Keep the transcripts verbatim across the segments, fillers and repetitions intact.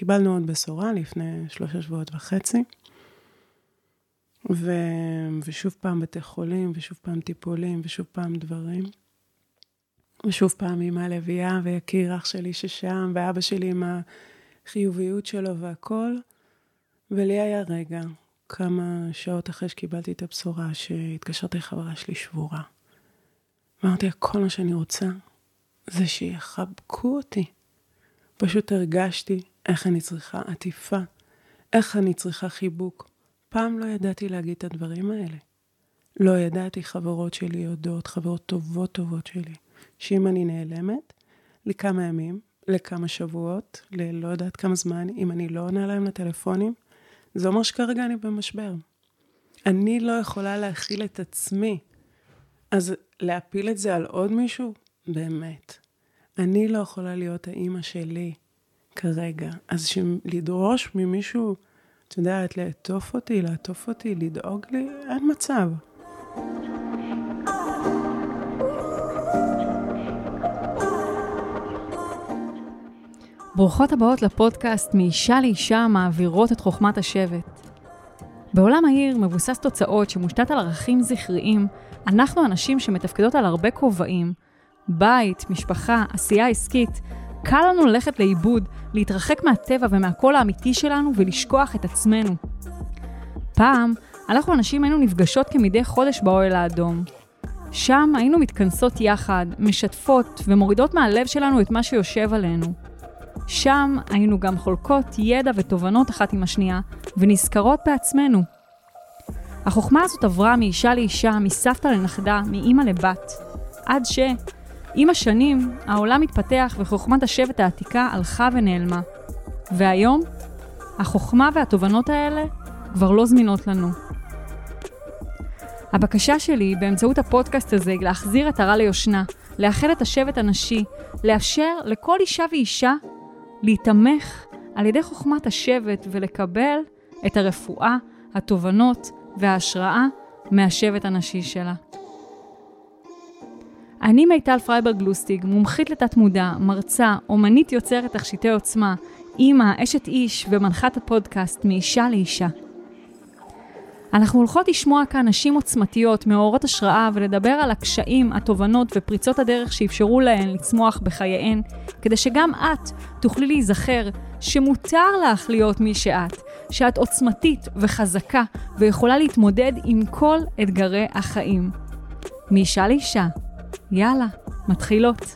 קיבלנו עוד בשורה לפני שלושה שבועות וחצי, ו... ושוב פעם בתי חולים, ושוב פעם טיפולים, ושוב פעם דברים. ושוב פעם אמא לביאה, ויקיר אח שלי ששם, ואבא שלי עם החיוביות שלו והכל. ולי היה רגע, כמה שעות אחרי שקיבלתי את הבשורה, שהתקשרתי חברה שלי שבורה. אמרתי, כל מה שאני רוצה, זה שיחבקו אותי. פשוט הרגשתי איך אני צריכה עטיפה, איך אני צריכה חיבוק. פעם לא ידעתי להגיד את הדברים האלה. לא ידעתי חברות שלי יודעות, חברות טובות טובות שלי, שאם אני נעלמת, לכמה ימים, לכמה שבועות, ללא יודעת כמה זמן, אם אני לא עונה להם לטלפונים, זה אומר שכרגע אני במשבר. אני לא יכולה להכיל את עצמי. אז להפיל את זה על עוד מישהו? באמת. אני לא יכולה להיות האמא שלי כרגע. אז לדרוש ממישהו, את יודעת, לעטוף אותי, לעטוף אותי, לדאוג לי, אין מצב. ברוכות הבאות לפודקאסט מאישה לאישה מעבירות את חוכמת השבט. בעולם העיר מבוסס תוצאות שמושתת על ערכים זכריים, אנחנו אנשים שמתפקדות על הרבה כובעים, בית, משפחה, עשייה עסקית, קל לנו ללכת לאיבוד, להתרחק מהטבע ומהקול האמיתי שלנו ולשכוח את עצמנו. פעם, אנחנו אנשים היינו נפגשות כמדי חודש באוהל האדום. שם היינו מתכנסות יחד, משתפות ומורידות מהלב שלנו את מה שיושב עלינו. שם היינו גם חולקות ידע ותובנות אחת עם השנייה, ונזכרות בעצמנו. החוכמה הזאת עברה מאישה לאישה, מסבתא לנכדה, מאמא לבת, עד ש... עם השנים, העולם מתפתח וחוכמת השבט העתיקה הלכה ונעלמה. והיום, החוכמה והתובנות האלה כבר לא זמינות לנו. הבקשה שלי באמצעות הפודקאסט הזה היא להחזיר את הרע ליושנה, לאחד את השבט הנשי, לאפשר לכל אישה ואישה להתמך על ידי חוכמת השבט ולקבל את הרפואה, התובנות וההשראה מהשבט הנשי שלה. אני מיטל פרייברג גלוסטיג, מומחית לתת מודע, מרצה, אומנית יוצרת תכשיטי עוצמה, אימא, אשת איש ומנחת הפודקאסט מאישה לאישה. אנחנו הולכות לשמוע כאן נשים עוצמתיות, מאורות השראה ולדבר על הקשיים, התובנות ופריצות הדרך שאפשרו להן לצמוח בחייהן, כדי שגם את תוכלי להיזכר שמותר לך להיות מי שאת, שאת עוצמתית וחזקה ויכולה להתמודד עם כל אתגרי החיים. מאישה לאישה. יאללה, מתחילות.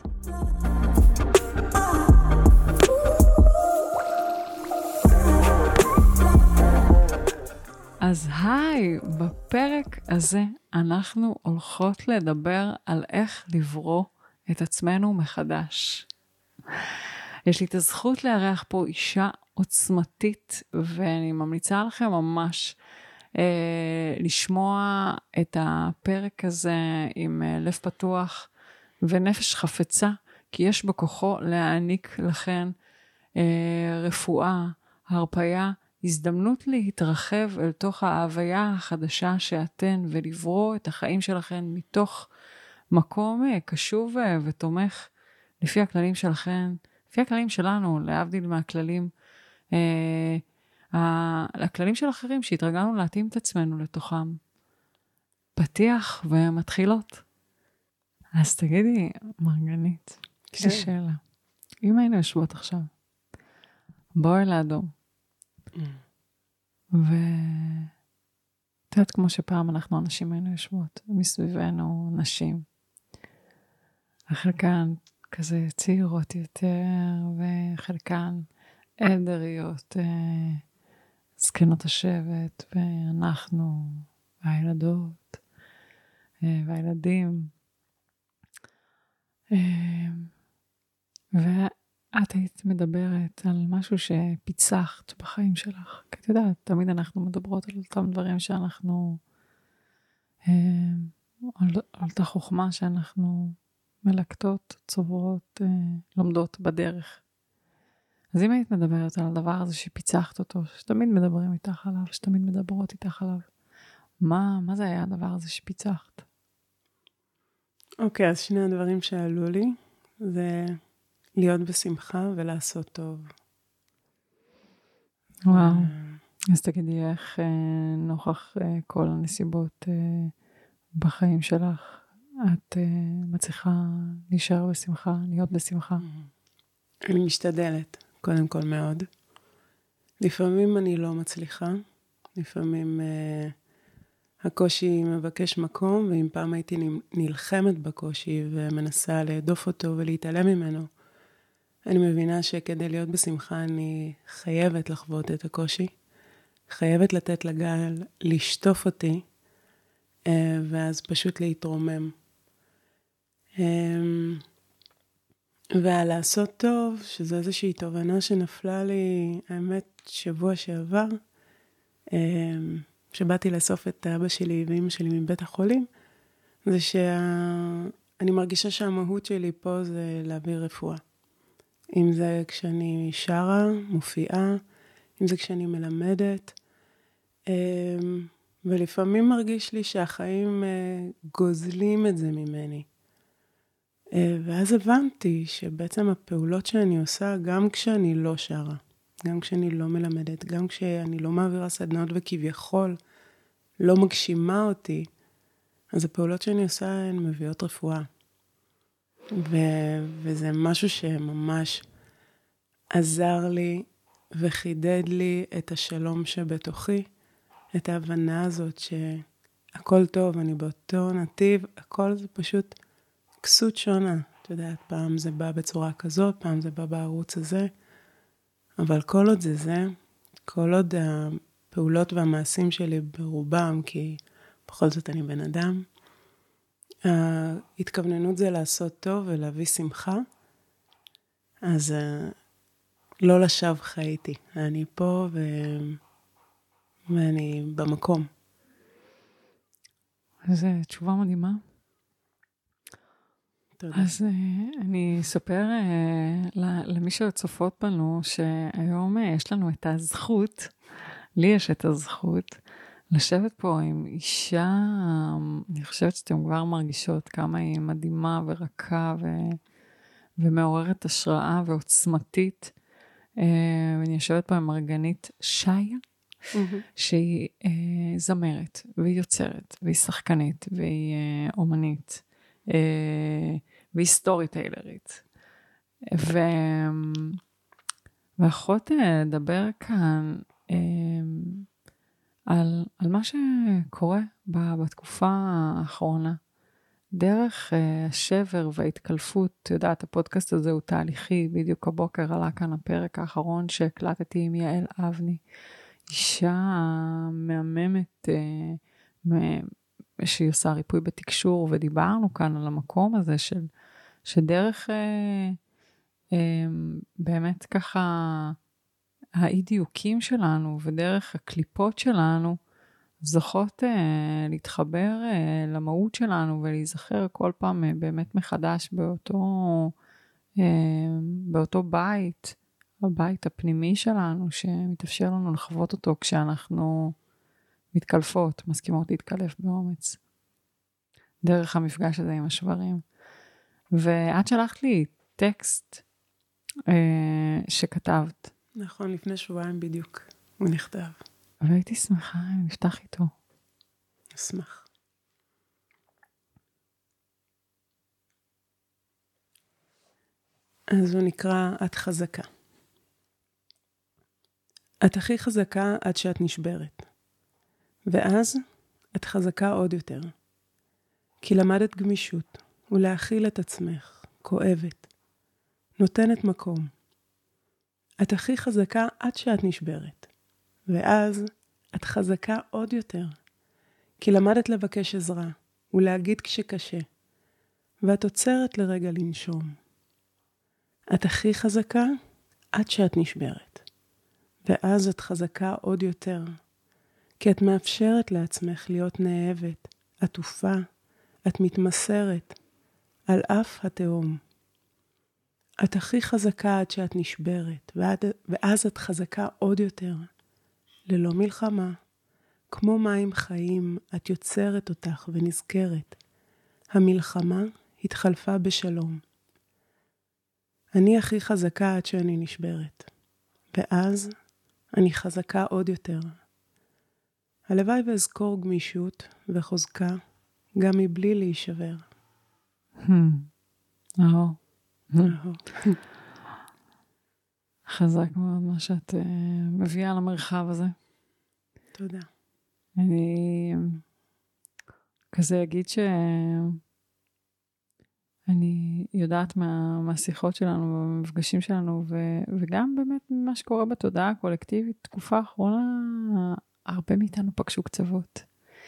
אז היי, בפרק הזה אנחנו הולכות לדבר על איך לברוא את עצמנו מחדש. יש לי את הזכות לארח פה אישה עוצמתית, ואני ממליצה לכם ממש אה, לשמוע את הפרק הזה עם אה, לב פתוח ונפש חפצה, כי יש בכוחו להעניק לכן אה, רפואה, הרפיה, הזדמנות להתרחב אל תוך ההוויה החדשה שאתן, ולברוא את החיים שלכן מתוך מקום קשוב ותומך לפי הכללים שלכן, לפי הכללים שלנו, להבדיל מהכללים, אה, הכללים של אחרים שהתרגלנו להתאים את עצמנו לתוכם. פתיח ומתחילות. אז תגידי, מרגנית, יש לי שאלה. אם היינו יושבות עכשיו, באוהל האדום, ואת יודעת, כמו שפעם אנחנו אנשים היינו יושבות, מסביבנו נשים, חלקן כזה צעירות יותר, וחלקן עדריות, זקנות השבט, ואנחנו, והילדות, והילדים, ואת את היית מדברת על משהו שפיצחת בחיים שלך. כי את יודעת, תמיד אנחנו מדברות על אותם דברים שאנחנו, על, על את החוכמה שאנחנו מלקטות, צוברות, לומדות בדרך. אז אם היית מדברת על הדבר הזה שפיצחת אותו, שתמיד מדברים איתך עליו, שתמיד מדברות איתך עליו, מה, מה זה היה הדבר הזה שפיצחת? אוקיי, אז שני הדברים שעלו לי, זה להיות בשמחה ולעשות טוב. וואו. אז תגידי איך נוכח כל הנסיבות בחיים שלך, את מצליחה להישאר בשמחה, להיות בשמחה? אני משתדלת, קודם כל מאוד. לפעמים אני לא מצליחה, לפעמים uh, הקושי מבקש מקום, ואם פעם הייתי נלחמת בקושי ומנסה להדוף אותו ולהתעלם ממנו, אני מבינה שכדי להיות בשמחה אני חייבת לחוות את הקושי, חייבת לתת לגל לשטוף אותי, uh, ואז פשוט להתרומם. Um, והלעשות טוב, שזו איזושהי תובנה שנפלה לי, האמת, שבוע שעבר, שבאתי לאסוף את אבא שלי ואמא שלי מבית החולים, זה שאני מרגישה שהמהות שלי פה זה להעביר רפואה. אם זה כשאני שרה, מופיעה, אם זה כשאני מלמדת, ולפעמים מרגיש לי שהחיים גוזלים את זה ממני. ואז הבנתי שבעצם הפעולות שאני עושה, גם כשאני לא שרה, גם כשאני לא מלמדת, גם כשאני לא מעבירה סדנאות וכביכול לא מגשימה אותי, אז הפעולות שאני עושה הן מביאות רפואה. ו- וזה משהו שממש עזר לי וחידד לי את השלום שבתוכי, את ההבנה הזאת שהכל טוב, אני באותו נתיב, הכל זה פשוט כסות שונה. את יודעת, פעם זה בא בצורה כזאת, פעם זה בא בערוץ הזה, אבל כל עוד זה זה, כל עוד הפעולות והמעשים שלי ברובם, כי בכל זאת אני בן אדם, ההתכווננות זה לעשות טוב ולהביא שמחה, אז לא לשווא חייתי. אני פה ו... ואני במקום. זו תשובה מדהימה. תודה. אז uh, אני אספר uh, למי שצופות בנו, שהיום uh, יש לנו את הזכות, לי יש את הזכות, לשבת פה עם אישה, אני חושבת שאתם כבר מרגישות כמה היא מדהימה ורכה ו- ומעוררת השראה ועוצמתית. Uh, ואני יושבת פה עם מרגנית שיה, mm-hmm. שהיא uh, זמרת והיא יוצרת והיא שחקנית והיא uh, אומנית. Uh, והיא סטורי טיילרית. ו... ואחות לדבר כאן um, על, על מה שקורה בתקופה האחרונה. דרך uh, השבר וההתקלפות, יודעת, הפודקאסט הזה הוא תהליכי, בדיוק הבוקר עלה כאן הפרק האחרון שהקלטתי עם יעל אבני, אישה מהממת, uh, שהיא עושה ריפוי בתקשור, ודיברנו כאן על המקום הזה של, שדרך אה, אה, באמת ככה האי דיוקים שלנו, ודרך הקליפות שלנו, זוכות אה, להתחבר אה, למהות שלנו, ולהיזכר כל פעם אה, באמת מחדש באותו, אה, באותו בית, הבית הפנימי שלנו, שמתאפשר לנו לחוות אותו כשאנחנו מתקלפות, מסכימות להתקלף באומץ. דרך המפגש הזה עם השברים. ואת שלחת לי טקסט אה, שכתבת. נכון, לפני שבועיים בדיוק הוא נכתב. והייתי שמחה אם נפתח איתו. אשמח. אז הוא נקרא את חזקה. את הכי חזקה עד שאת נשברת. ואז את חזקה עוד יותר. כי למדת גמישות ולהכיל את עצמך, כואבת, נותנת מקום. את הכי חזקה עד שאת נשברת. ואז את חזקה עוד יותר. כי למדת לבקש עזרה ולהגיד כשקשה. ואת עוצרת לרגע לנשום. את הכי חזקה עד שאת נשברת. ואז את חזקה עוד יותר. כי את מאפשרת לעצמך להיות נאהבת, עטופה, את מתמסרת, על אף התהום. את הכי חזקה עד שאת נשברת, ועד, ואז את חזקה עוד יותר. ללא מלחמה, כמו מים חיים, את יוצרת אותך ונזכרת. המלחמה התחלפה בשלום. אני הכי חזקה עד שאני נשברת. ואז אני חזקה עוד יותר. הלוואי ואזכור גמישות וחוזקה, גם מבלי להישבר. אהו. אהו. חזק מאוד מה שאת מביאה למרחב הזה. תודה. אני כזה אגיד ש... אני יודעת מה, מהשיחות שלנו, במפגשים שלנו, ו, וגם באמת ממה שקורה בתודעה הקולקטיבית, תקופה האחרונה, הרבה מאיתנו פגשו קצוות.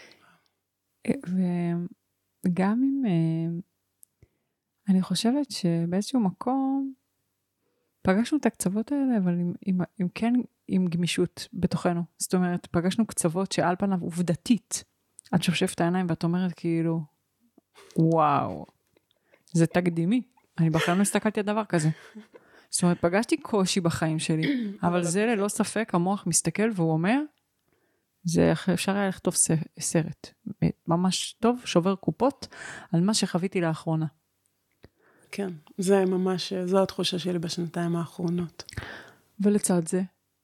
וגם אם, אני חושבת שבאיזשהו מקום, פגשנו את הקצוות האלה, אבל עם, עם, עם כן, עם גמישות בתוכנו. זאת אומרת, פגשנו קצוות שעל פניו עובדתית, את שופשפת את העיניים ואת אומרת כאילו, וואו, זה תקדימי. אני בכלל לא הסתכלתי על דבר כזה. זאת אומרת, פגשתי קושי בחיים שלי, אבל זה ללא ספק, המוח מסתכל והוא אומר, זה אפשר היה לכתוב סרט. ממש טוב, שובר קופות, על מה שחוויתי לאחרונה. כן, זה ממש, זו התחושה שלי בשנתיים האחרונות. ולצד זה,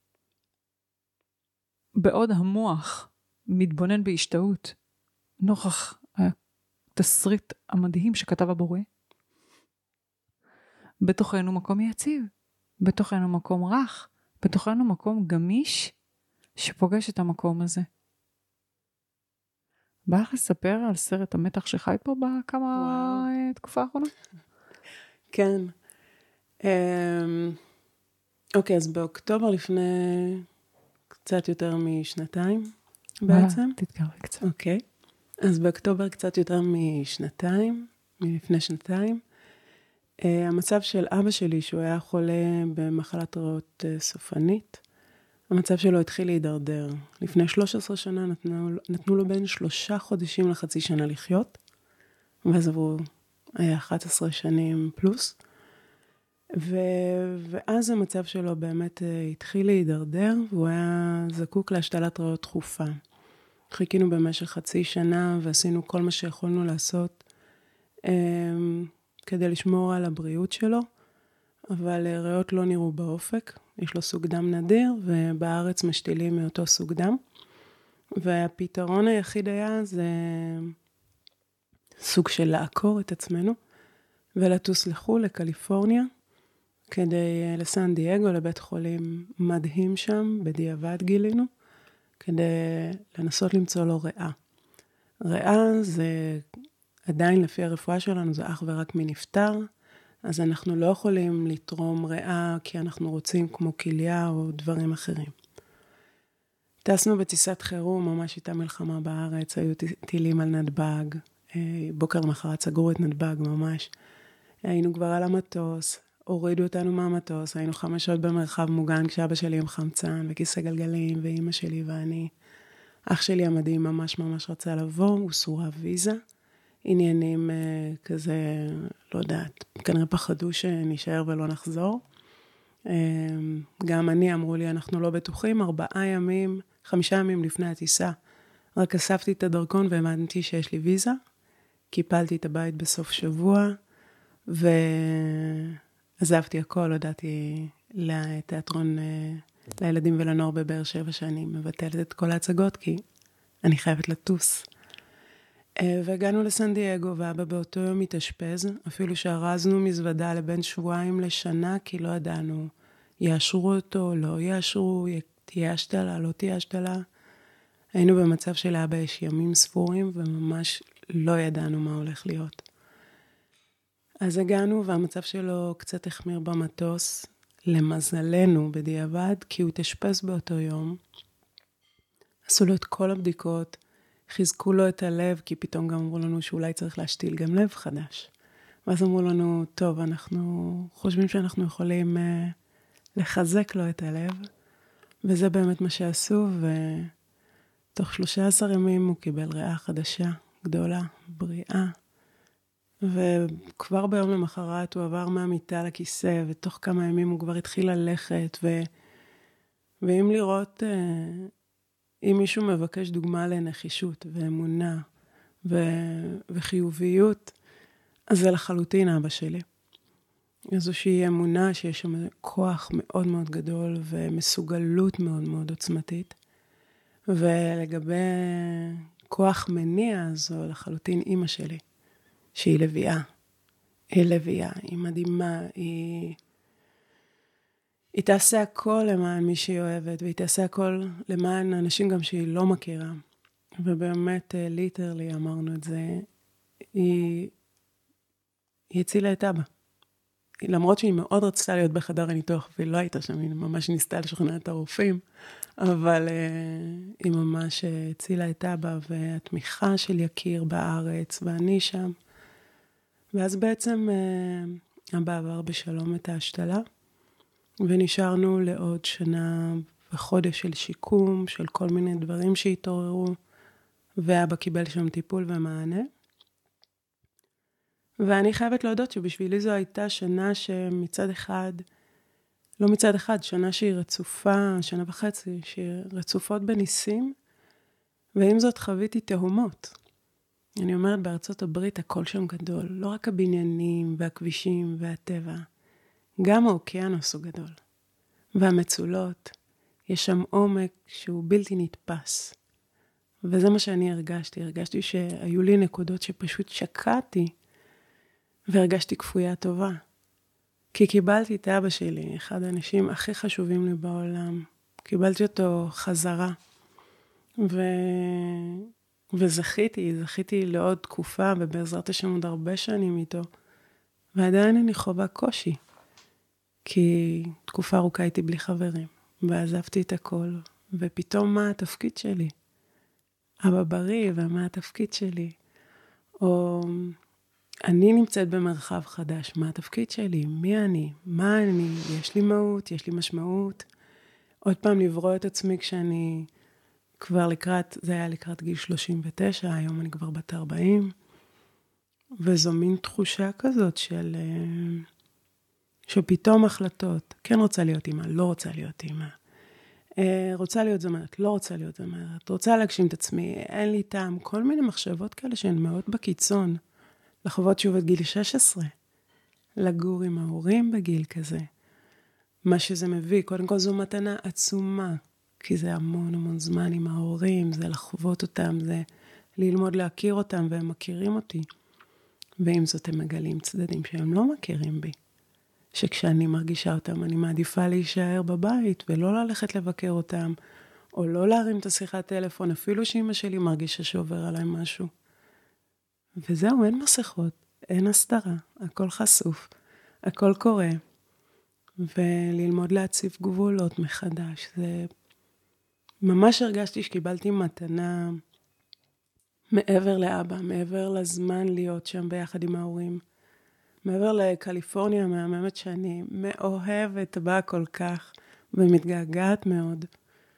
בעוד המוח מתבונן בהשתאות, נוכח התסריט המדהים שכתב הבורא, בתוכנו מקום יציב, בתוכנו מקום רך, בתוכנו מקום גמיש, שפוגש את המקום הזה. בא לך לספר על סרט המתח שחי פה בכמה תקופה האחרונה? כן. אוקיי, אז באוקטובר לפני קצת יותר משנתיים בעצם. תתקרבי קצת. אוקיי. אז באוקטובר קצת יותר משנתיים, מלפני שנתיים, המצב של אבא שלי, שהוא היה חולה במחלת ריאות סופנית, המצב שלו התחיל להידרדר. לפני שלוש עשרה שנה נתנו, נתנו לו בין שלושה חודשים לחצי שנה לחיות, ואז הוא היה אחת עשרה שנים פלוס, ו... ואז המצב שלו באמת התחיל להידרדר, והוא היה זקוק להשתלת ריאות דחופה. חיכינו במשך חצי שנה, ועשינו כל מה שיכולנו לעשות, כדי לשמור על הבריאות שלו, אבל ריאות לא נראו באופק, יש לו סוג דם נדיר, ובארץ משתילים מאותו סוג דם, והפתרון היחיד היה זה סוג של לעקור את עצמנו, ולטוס לחו"ל, לקליפורניה, כדי לסן דייגו, לבית חולים מדהים שם, בדיעבד גילינו, כדי לנסות למצוא לו ריאה. ריאה זה עדיין לפי הרפואה שלנו, זה אך ורק מנפטר, אז אנחנו לא יכולים לתרום ריאה, כי אנחנו רוצים כמו כליה או דברים אחרים. טסנו בטיסת חירום, ממש הייתה מלחמה בארץ, היו טילים על נתב"ג, בוקר מחרת סגרו את נתב"ג ממש. היינו כבר על המטוס, הורידו אותנו מהמטוס, היינו חמש שעות במרחב מוגן, כשאבא שלי עם חמצן וכיסא גלגלים, ואמא שלי ואני. אח שלי המדהים ממש ממש רצה לבוא, הוא סורב ויזה. עניינים uh, כזה, לא יודעת, כנראה פחדו שנשאר ולא נחזור. Uh, גם אני, אמרו לי, אנחנו לא בטוחים, ארבעה ימים, חמישה ימים לפני הטיסה, רק אספתי את הדרכון והאמנתי שיש לי ויזה, קיפלתי את הבית בסוף שבוע, ועזבתי הכל, הודעתי לתיאטרון, uh, לילדים ולנוער בבאר שבע, שאני מבטלת את כל ההצגות, כי אני חייבת לטוס. והגענו לסן דייגו, ואבא באותו יום התאשפז, אפילו שהרזנו מזוודה לבין שבועיים לשנה, כי לא ידענו, יאשרו אותו, לא יאשרו, תהיה השתלה, לא תהיה השתלה. היינו במצב של אבא יש ימים ספורים, וממש לא ידענו מה הולך להיות. אז הגענו, והמצב שלו קצת החמיר במטוס, למזלנו בדיעבד, כי הוא התאשפז באותו יום. עשו לו את כל הבדיקות, חיזקו לו את הלב, כי פתאום גם אמרו לנו שאולי צריך להשתיל גם לב חדש. ואז אמרו לנו, טוב, אנחנו חושבים שאנחנו יכולים uh, לחזק לו את הלב, וזה באמת מה שעשו, ותוך שלושה עשר ימים הוא קיבל ריאה חדשה, גדולה, בריאה, וכבר ביום למחרת הוא עבר מהמיטה לכיסא, ותוך כמה ימים הוא כבר התחיל ללכת, ו... ואם לראות... Uh, אם מישהו מבקש דוגמה לנחישות ואמונה ו... וחיוביות, אז זה לחלוטין אבא שלי. איזושהי אמונה שיש שם כוח מאוד מאוד גדול ומסוגלות מאוד מאוד עוצמתית. ולגבי כוח מניע, זו לחלוטין אימא שלי, שהיא לביאה. היא לביאה, היא מדהימה, היא... היא תעשה הכל למען מי שהיא אוהבת, והיא תעשה הכל למען אנשים גם שהיא לא מכירה. ובאמת, ליטרלי אמרנו את זה, היא, היא הצילה את אבא. למרות שהיא מאוד רצתה להיות בחדר הניתוח, והיא לא הייתה שם, היא ממש ניסתה לשכנע את הרופאים, אבל uh, היא ממש הצילה את אבא, והתמיכה של יקיר בארץ, ואני שם. ואז בעצם uh, אבא עבר בשלום את ההשתלה, ונשארנו לעוד שנה וחודש של שיקום, של כל מיני דברים שהתעוררו, ואבא קיבל שם טיפול ומענה. ואני חייבת להודות שבשבילי זו הייתה שנה שמצד אחד, לא מצד אחד, שנה שהיא רצופה, שנה וחצי, שהיא רצופות בניסים, ועם זאת חוויתי תהומות. אני אומרת, בארצות הברית הכל שם גדול, לא רק הבניינים והכבישים והטבע, גם האוקיינוס הוא גדול. והמצולות, יש שם עומק שהוא בלתי נתפס. וזה מה שאני הרגשתי, הרגשתי שהיו לי נקודות שפשוט שקעתי, והרגשתי כפויה טובה. כי קיבלתי את אבא שלי, אחד האנשים הכי חשובים לי בעולם. קיבלתי אותו חזרה. ו... וזכיתי, זכיתי לעוד תקופה, ובעזרת השם עוד הרבה שנים איתו. ועדיין אני חווה קושי. כי תקופה ארוכה הייתי בלי חברים. ועזבתי את הכל. ופתאום מה התפקיד שלי? אבא בריא, ומה התפקיד שלי? או... אני נמצאת במרחב חדש, מה התפקיד שלי? מי אני? מה אני? יש לי מהות, יש לי משמעות. עוד פעם לברוא את עצמי כשאני כבר לקראת, זה היה לקראת גיל שלושים ותשע, היום אני כבר בת ארבעים. וזו מין תחושה כזאת של, שפתאום החלטות, כן רוצה להיות אימא, לא רוצה להיות אימא. רוצה להיות זמרת, לא רוצה להיות זמרת. רוצה להגשים את עצמי, אין לי טעם. כל מיני מחשבות כאלה שהן מאוד בקיצון. לחוות שוב את גיל שש עשרה, לגור עם ההורים בגיל כזה. מה שזה מביא, קודם כל זו מתנה עצומה, כי זה המון המון זמן עם ההורים, זה לחוות אותם, זה ללמוד להכיר אותם, והם מכירים אותי. ועם זאת הם מגלים צדדים שהם לא מכירים בי. שכשאני מרגישה אותם, אני מעדיפה להישאר בבית, ולא ללכת לבקר אותם, או לא להרים את השיחת טלפון, אפילו שאמא שלי מרגישה שעובר עליי משהו. וזהו, אין מסכות, אין הסתרה, הכל חשוף, הכל קורה, וללמוד להציב גבולות מחדש. זה ממש הרגשתי שקיבלתי מתנה מעבר לאבא, מעבר לזמן להיות שם ביחד עם ההורים, מעבר לקליפורניה המהממת שאני מאוהבת בה כל כך, ומתגעגעת מאוד.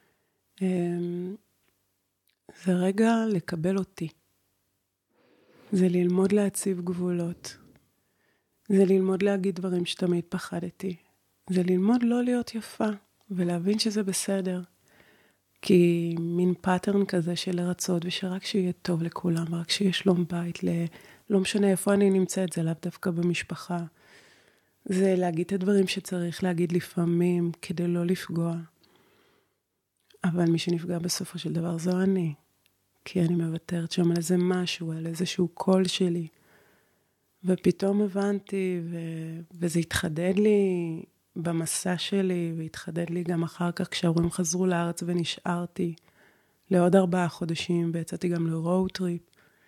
זה רגע לקבל אותי. זה ללמוד להציב גבולות. זה ללמוד להגיד דברים שתמיד פחדתי. זה ללמוד לא להיות יפה, ולהבין שזה בסדר. כי מין פאטרן כזה של לרצות, ושרק שיהיה טוב לכולם, ורק שיהיה שלום בית, ל... לא משנה איפה אני נמצאת, זה לאו דווקא במשפחה. זה להגיד את הדברים שצריך להגיד לפעמים, כדי לא לפגוע. אבל מי שנפגע בסופו של דבר זו אני. כי אני מוותרת שם על איזה משהו, על איזשהו קול שלי. ופתאום הבנתי, ו... וזה התחדד לי במסע שלי, והתחדד לי גם אחר כך כשההורים חזרו לארץ ונשארתי לעוד ארבעה חודשים, ויצאתי גם לרואוד טריפ.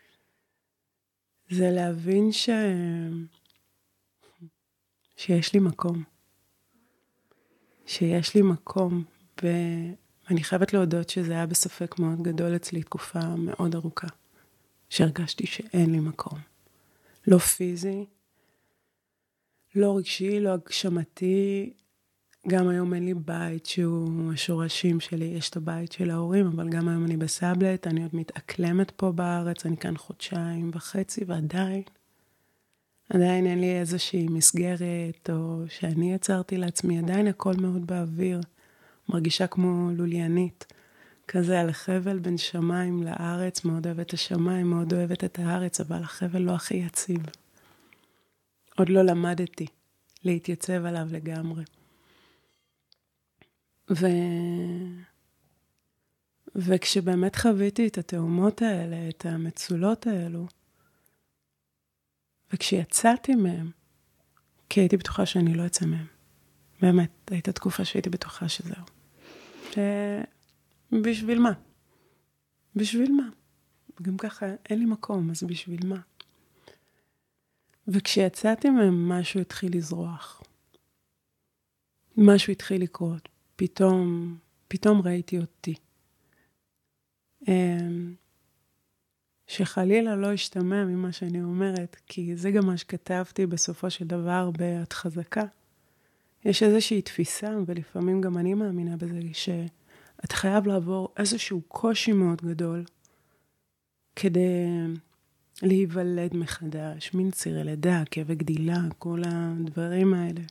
זה להבין ש... שיש לי מקום. שיש לי מקום, ו... אני חייבת להודות שזה היה בספק מאוד גדול אצלי תקופה מאוד ארוכה, שהרגשתי שאין לי מקום. לא פיזי, לא רגשי, לא הגשמתי. גם היום אין לי בית שהוא השורשים שלי, יש את הבית של ההורים, אבל גם היום אני בסבלט, אני עוד מתאקלמת פה בארץ, אני כאן חודשיים וחצי, ועדיין, עדיין אין לי איזושהי מסגרת, או שאני יצרתי לעצמי, עדיין הכל מאוד באוויר. מרגישה כמו לוליינית, כזה על החבל בין שמיים לארץ, מאוד אוהבת את השמיים, מאוד אוהבת את הארץ, אבל החבל לא הכי יציב. עוד לא למדתי להתייצב עליו לגמרי. ו... וכשבאמת חוויתי את התאומות האלה, את המצולות האלו, וכשיצאתי מהם, כי הייתי בטוחה שאני לא אצא מהם. באמת, הייתה תקופה שהייתי בטוחה שזהו. בשביל מה? בשביל מה? גם ככה אין לי מקום, אז בשביל מה? וכשיצאתי מהם, משהו התחיל לזרוח. משהו התחיל לקרות. פתאום, פתאום ראיתי אותי. שחלילה לא השתמע ממה שאני אומרת, כי זה גם מה שכתבתי בסופו של דבר בעת חזקה. יש איזושהי תפיסה, ולפעמים גם אני מאמינה בזה, שאת חייב לעבור איזשהו קושי מאוד גדול, כדי להיוולד מחדש, מין צירי לידה, כאבי גדילה, כל הדברים האלה.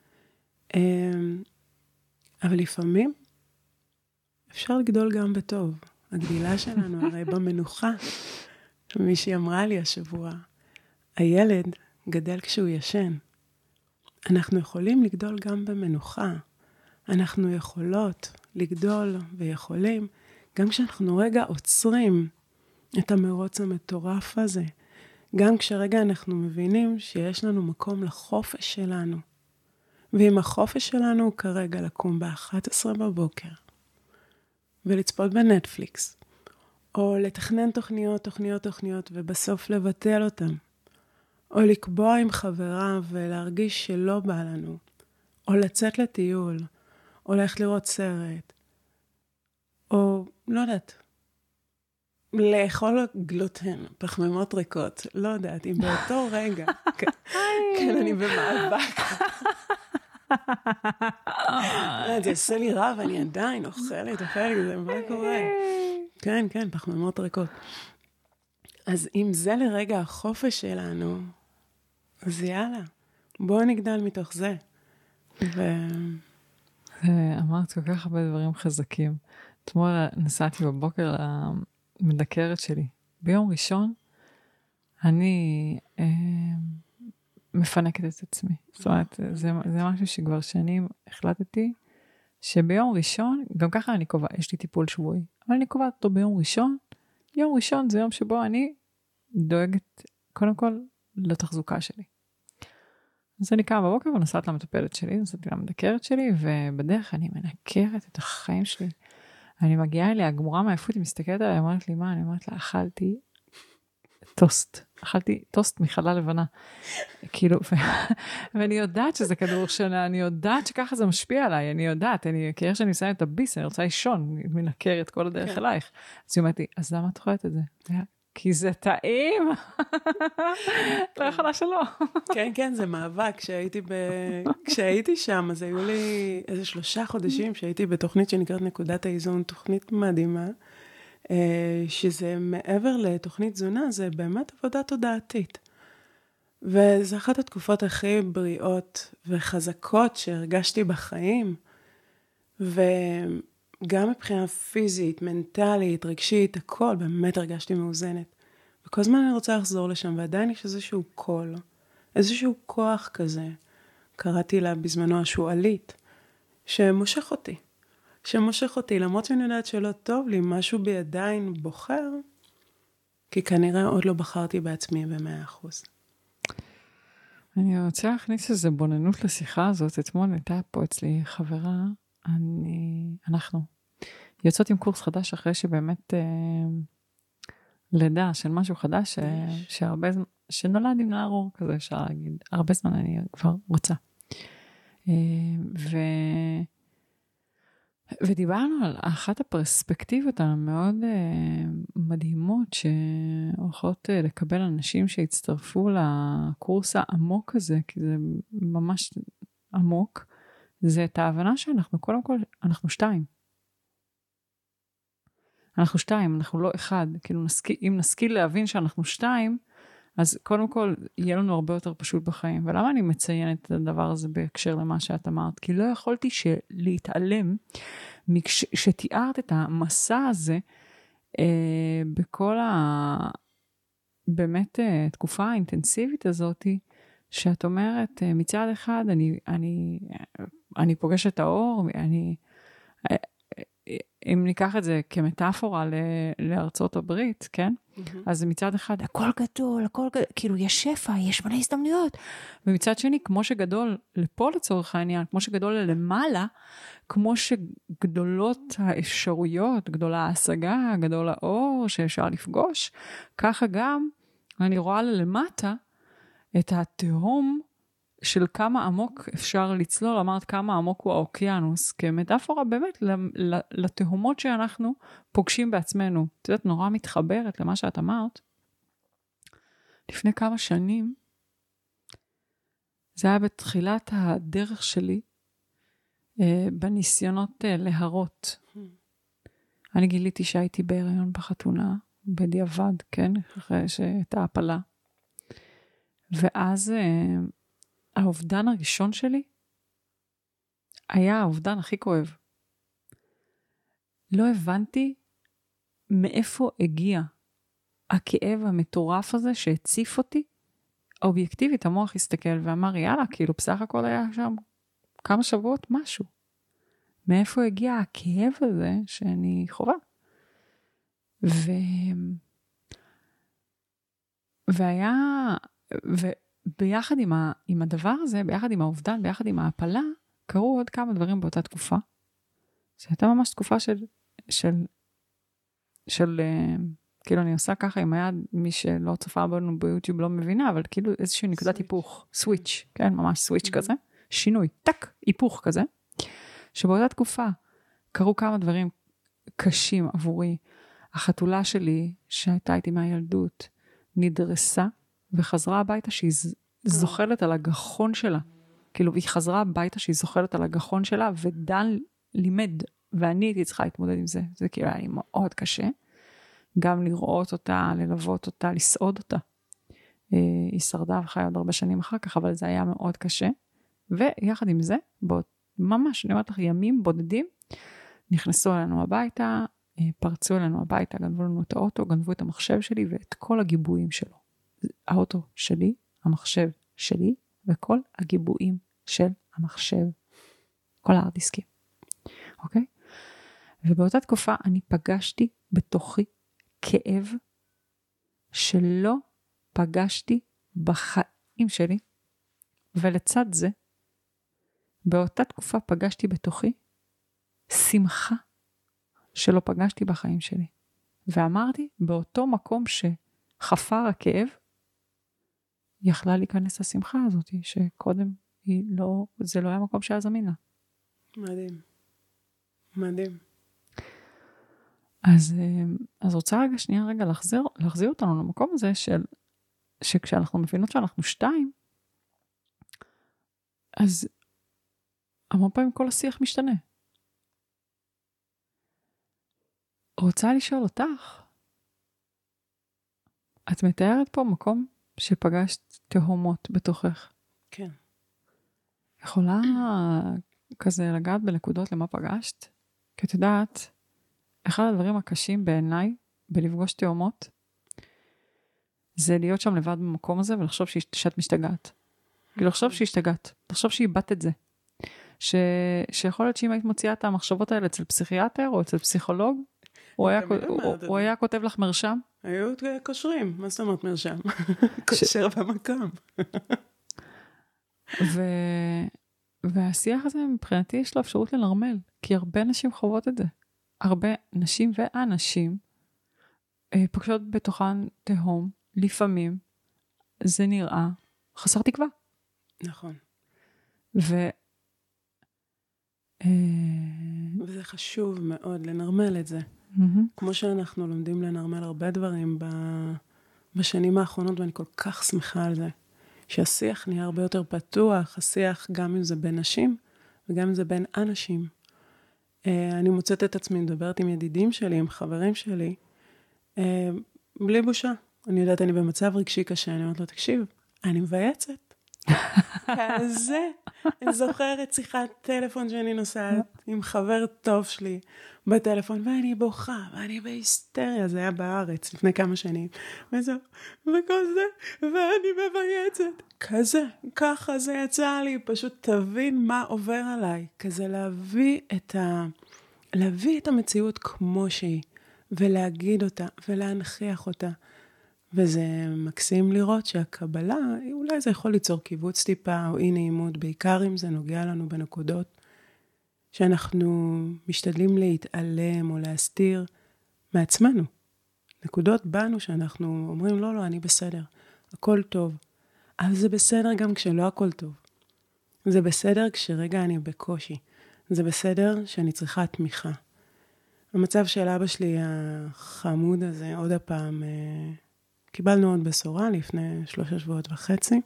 אבל לפעמים אפשר לגדול גם בטוב. הגדילה שלנו הרי במנוחה. מישהי אמרה לי השבוע, הילד גדל כשהוא ישן. אנחנו יכולים לגדול גם במנוחה. אנחנו יכולות לגדול ויכולים, גם כשאנחנו רגע עוצרים את המרוץ המטורף הזה. גם כשרגע אנחנו מבינים שיש לנו מקום לחופש שלנו. ואם החופש שלנו הוא כרגע לקום ב-אחת עשרה בבוקר, ולצפות בנטפליקס, או לתכנן תוכניות, תוכניות, תוכניות, ובסוף לבטל אותם, או לקבוע עם חברה ולהרגיש שלא בא לנו, או לצאת לטיול, או ללכת לראות סרט, או לא יודעת, לאכול גלוטן, פחמימות ריקות, לא יודעת, אם באותו רגע, כן, אני במאבק. זה עושה לי רע, ואני עדיין אוכלת, אוכלת, זה מה קורה? כן, כן, פחמימות ריקות. אז אם זה לרגע החופש שלנו, אז יאללה, בואו נגדל מתוך זה. אמרת כל כך הרבה דברים חזקים. אתמול נסעתי בבוקר למדקרת שלי. ביום ראשון, אני אה, מפנקת את עצמי. זאת אומרת, זה, זה משהו שכבר שנים החלטתי, שביום ראשון, גם ככה אני קובע, יש לי טיפול שבועי, אבל אני קובעת אותו ביום ראשון. יום ראשון זה יום שבו אני דואגת, קודם כל, לתחזוקה שלי. אז אני קמה בבוקר ונסעת למטופלת שלי, נסעתי למדקרת שלי, ובדרך אני מנקרת את החיים שלי. אני מגיעה אליה, הגמורה מעייפות, היא מסתכלת עליה, אמרת לי, מה? אני אומרת לה, אכלתי טוסט. אכלתי טוסט מחלה לבנה. כאילו, ואני יודעת שזה כדור שנה, אני יודעת שככה זה משפיע עליי, אני יודעת, אני, כי איך שאני מסיים את הביס, אני רוצה לישון, אני מנקרת כל הדרך אלייך. אז היא אומרת לי, אז למה את אוכלת את זה? כי זה טעים. לא יכולה שלא. כן, כן, זה מאבק. כשהייתי, ב... כשהייתי שם, אז היו לי איזה שלושה חודשים שהייתי בתוכנית שנקראת נקודת האיזון, תוכנית מדהימה, שזה מעבר לתוכנית תזונה, זה באמת עבודה תודעתית. וזו אחת התקופות הכי בריאות וחזקות שהרגשתי בחיים, וגם מבחינה פיזית, מנטלית, רגשית, הכל, באמת הרגשתי מאוזנת. וכל זמן אני רוצה לחזור לשם, ועדיין יש איזשהו קול, איזשהו כוח כזה, קראתי לה בזמנו השואלית, שמושך אותי. שמושך אותי, למרות שאני יודעת שלא טוב לי, משהו בי עדיין בוחר, כי כנראה עוד לא בחרתי בעצמי במאה אחוז. אני רוצה להכניס איזו בוננות לשיחה הזאת. אתמול הייתה פה אצלי חברה, אני, אנחנו, יוצאות עם קורס חדש אחרי שבאמת אה, לידה של משהו חדש, אה, שהרבה זמן, שנולד עם נער אור כזה, אפשר להגיד, הרבה זמן אני כבר רוצה. אה, ו... ודיברנו על אחת הפרספקטיבות המאוד uh, מדהימות שהולכות uh, לקבל אנשים שהצטרפו לקורס העמוק הזה, כי זה ממש עמוק, זה את ההבנה שאנחנו קודם כל, אנחנו שתיים. אנחנו שתיים, אנחנו לא אחד. כאילו נסקיל, אם נשכיל להבין שאנחנו שתיים, אז קודם כל יהיה לנו הרבה יותר פשוט בחיים. ולמה אני מציינת את הדבר הזה בהקשר למה שאת אמרת? כי לא יכולתי להתעלם שתיארת את המסע הזה אה, בכל ה... באמת אה, תקופה האינטנסיבית הזאת, שאת אומרת, מצד אחד, אני, אני, אני פוגשת את האור, אני, אם ניקח את זה כמטאפורה לארצות הברית, כן? Mm-hmm. אז מצד אחד, הכל גדול, הכל גדול, כאילו יש שפע, יש מלא הזדמנויות. ומצד שני, כמו שגדול לפה לצורך העניין, כמו שגדול למעלה, כמו שגדולות האפשרויות, גדולה ההשגה, גדול האור שאפשר לפגוש, ככה גם אני רואה למטה את התהום של כמה עמוק אפשר לצלול, אמרת כמה עמוק הוא האוקיינוס, כמטאפורה באמת לתהומות שאנחנו פוגשים בעצמנו. את יודעת, נורא מתחברת למה שאת אמרת. לפני כמה שנים, זה היה בתחילת הדרך שלי, בניסיונות להרות. אני גיליתי שהייתי בהיריון בחתונה, בדיעבד, כן? אחרי שהייתה הפלה. ואז האובדן הראשון שלי היה האובדן הכי כואב. לא הבנתי מאיפה הגיע הכאב המטורף הזה שהציף אותי. האובייקטיבית המוח הסתכל ואמר, יאללה, כאילו בסך הכל היה שם כמה שבועות משהו. מאיפה הגיע הכאב הזה שאני חובה? ו... והיה... ו... ביחד עם, ה, עם הדבר הזה, ביחד עם האובדן, ביחד עם ההפלה, קרו עוד כמה דברים באותה תקופה. זו הייתה ממש תקופה של, של, של, כאילו אני עושה ככה עם היד, מי שלא צופה בנו ביוטיוב לא מבינה, אבל כאילו איזושהי נקודת היפוך, סוויץ', כן, ממש סוויץ' כזה, שינוי, טק, היפוך כזה, שבאותה תקופה קרו כמה דברים קשים עבורי. החתולה שלי, שהייתה איתי מהילדות, נדרסה, וחזרה הביתה שהיא זוחלת על הגחון שלה. כאילו, היא חזרה הביתה שהיא זוחלת על הגחון שלה, ודן לימד, ואני הייתי צריכה להתמודד עם זה. זה כאילו היה לי מאוד קשה. גם לראות אותה, ללוות אותה, לסעוד אותה. היא שרדה וחיה עוד הרבה שנים אחר כך, אבל זה היה מאוד קשה. ויחד עם זה, ממש, אני אומרת לך, ימים בודדים, נכנסו אלינו הביתה, פרצו אלינו הביתה, גנבו לנו את האוטו, גנבו את המחשב שלי, ואת כל הגיבויים שלו. האוטו שלי, המחשב שלי, וכל הגיבויים של המחשב. כל הארדיסקים. אוקיי? ובאותה תקופה אני פגשתי בתוכי כאב שלא פגשתי בחיים שלי, ולצד זה, באותה תקופה פגשתי בתוכי שמחה שלא פגשתי בחיים שלי. ואמרתי, באותו מקום שחפר הכאב, יכלה להיכנס השמחה הזאת, שקודם היא לא, זה לא היה מקום שהיה זמין לה. מדהים. מדהים. אז, אז רוצה רגע שנייה רגע להחזיר, להחזיר אותנו למקום הזה של, שכשאנחנו מבינות שאנחנו שתיים, אז המון פעמים כל השיח משתנה. רוצה לשאול אותך, את מתארת פה מקום שפגשת תהומות בתוכך. כן. יכולה כזה לגעת בנקודות למה פגשת? כי את יודעת, אחד הדברים הקשים בעיניי, בלפגוש תהומות, זה להיות שם לבד במקום הזה, ולחשוב שאת משתגעת. כאילו לחשוב שהשתגעת, לחשוב שאיבדת את זה. ש... שיכול להיות שאם היית מוציאה את המחשבות האלה אצל פסיכיאטר, או אצל פסיכולוג, הוא היה, הוא, הוא היה כותב לך מרשם? היו קושרים, מה זאת אומרת מרשם? קושר במקום. ו... והשיח הזה מבחינתי יש לו אפשרות לנרמל, כי הרבה נשים חוות את זה. הרבה נשים ואנשים פוגשות בתוכן תהום, לפעמים זה נראה חסר תקווה. נכון. ו... וזה חשוב מאוד לנרמל את זה. Mm-hmm. כמו שאנחנו לומדים לנרמל הרבה דברים בשנים האחרונות, ואני כל כך שמחה על זה. שהשיח נהיה הרבה יותר פתוח, השיח גם אם זה בין נשים, וגם אם זה בין אנשים. אני מוצאת את עצמי, מדברת עם ידידים שלי, עם חברים שלי, בלי בושה. אני יודעת, אני במצב רגשי קשה, אני אומרת לו, תקשיב, אני מבייצת. כזה. אני זוכרת שיחת טלפון שאני נוסעת עם חבר טוב שלי בטלפון, ואני בוכה, ואני בהיסטריה, זה היה בארץ לפני כמה שנים, וזהו, וכל זה, ואני מבייצת. כזה, ככה זה יצא לי, פשוט תבין מה עובר עליי, כזה להביא את ה... להביא את המציאות כמו שהיא, ולהגיד אותה, ולהנכיח אותה. וזה מקסים לראות שהקבלה, אולי זה יכול ליצור קיבוץ טיפה, או אי נעימות, בעיקר אם זה נוגע לנו בנקודות, שאנחנו משתדלים להתעלם או להסתיר מעצמנו. נקודות בנו שאנחנו אומרים, לא, לא, אני בסדר, הכל טוב. אבל זה בסדר גם כשלא הכל טוב. זה בסדר כשרגע אני בקושי. זה בסדר שאני צריכה תמיכה. המצב של אבא שלי החמוד הזה, עוד הפעם, קיבלנו עוד בשורה לפני שלושה שבועות וחצי,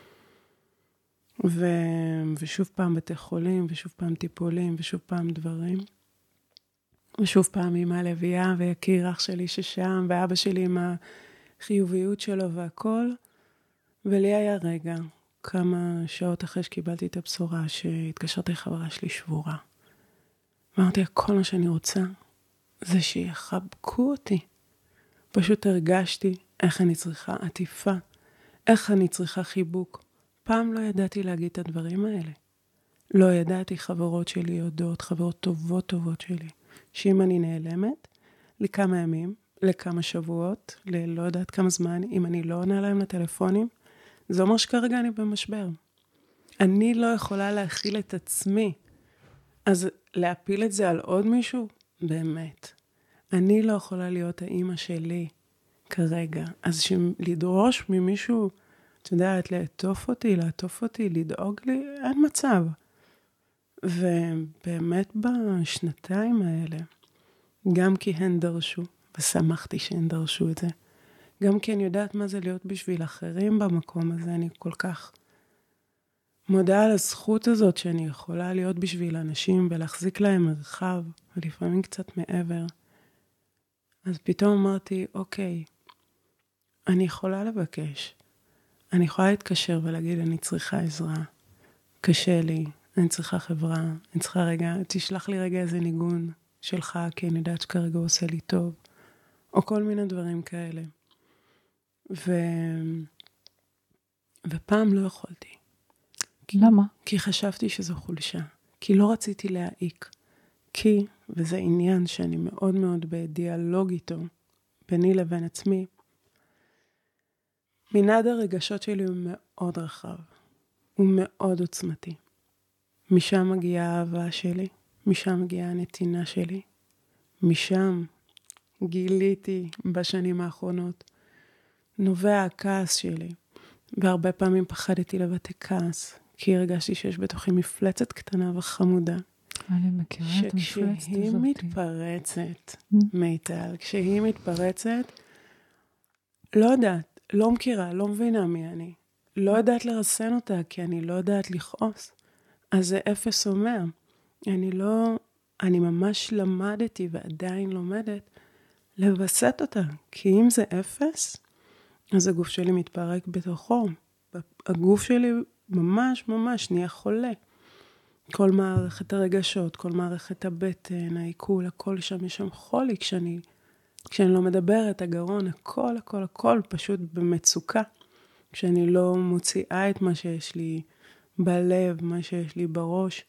ו... ושוב פעם בתי חולים, ושוב פעם טיפולים, ושוב פעם דברים. ושוב פעם אמא לביאה, ויקיר אח שלי ששם, ואבא שלי עם החיוביות שלו והכל. ולי היה רגע, כמה שעות אחרי שקיבלתי את הבשורה, שהתקשרתי חברה שלי שבורה. ואמרתי, כל מה שאני רוצה, זה שיחבקו אותי. פשוט הרגשתי איך אני צריכה עטיפה, איך אני צריכה חיבוק. פעם לא ידעתי להגיד את הדברים האלה. לא ידעתי, חברות שלי יודעות, חברות טובות טובות שלי, שאם אני נעלמת, לכמה ימים, לכמה שבועות, ללא יודעת כמה זמן, אם אני לא עונה להם לטלפונים, זה אומר שכרגע אני במשבר. אני לא יכולה להכיל את עצמי. אז להפיל את זה על עוד מישהו? באמת. אני לא יכולה להיות האמא שלי כרגע. אז לדרוש ממישהו, את יודעת, לעטוף אותי, לעטוף אותי, לדאוג לי, אין מצב. ובאמת בשנתיים האלה, גם כי הן דרשו, ושמחתי שהן דרשו את זה, גם כי אני יודעת מה זה להיות בשביל אחרים במקום הזה, אני כל כך מודה על הזכות הזאת שאני יכולה להיות בשביל אנשים ולהחזיק להם מרחב, ולפעמים קצת מעבר. אז פתאום אמרתי, אוקיי, אני יכולה לבקש. אני יכולה להתקשר ולהגיד, אני צריכה עזרה. קשה לי, אני צריכה חברה, אני צריכה רגע, תשלח לי רגע איזה ניגון שלך, כי אני יודעת שכרגע הוא עושה לי טוב. או כל מיני דברים כאלה. ו... ופעם לא יכולתי. למה? כי חשבתי שזו חולשה. כי לא רציתי להעיק. כי, וזה עניין שאני מאוד מאוד בדיאלוג איתו, ביני לבין עצמי, מנעד הרגשות שלי הוא מאוד רחב. הוא מאוד עוצמתי. משם מגיעה האהבה שלי, משם מגיעה הנתינה שלי, משם גיליתי בשנים האחרונות, נובע הכעס שלי, והרבה פעמים פחדתי לבטא כעס, כי הרגשתי שיש בתוכי מפלצת קטנה וחמודה. אני מכירה את המפלצת הזאת. שכשהיא מתפרצת, מיטל, כשהיא מתפרצת, לא יודעת, לא מכירה, לא מבינה מי אני. לא יודעת לרסן אותה, כי אני לא יודעת לכעוס. אז זה אפס אומר. אני לא, אני ממש למדתי ועדיין לומדת לבסט אותה. כי אם זה אפס, אז הגוף שלי מתפרק בתוכו. הגוף שלי ממש ממש נהיה חולה. כל מערכת הרגשות, כל מערכת הבטן, העיכול, הכל שם, יש שם חולי. כשאני, כשאני לא מדברת, הגרון, הכל, הכל, הכל פשוט במצוקה. כשאני לא מוציאה את מה שיש לי בלב, מה שיש לי בראש.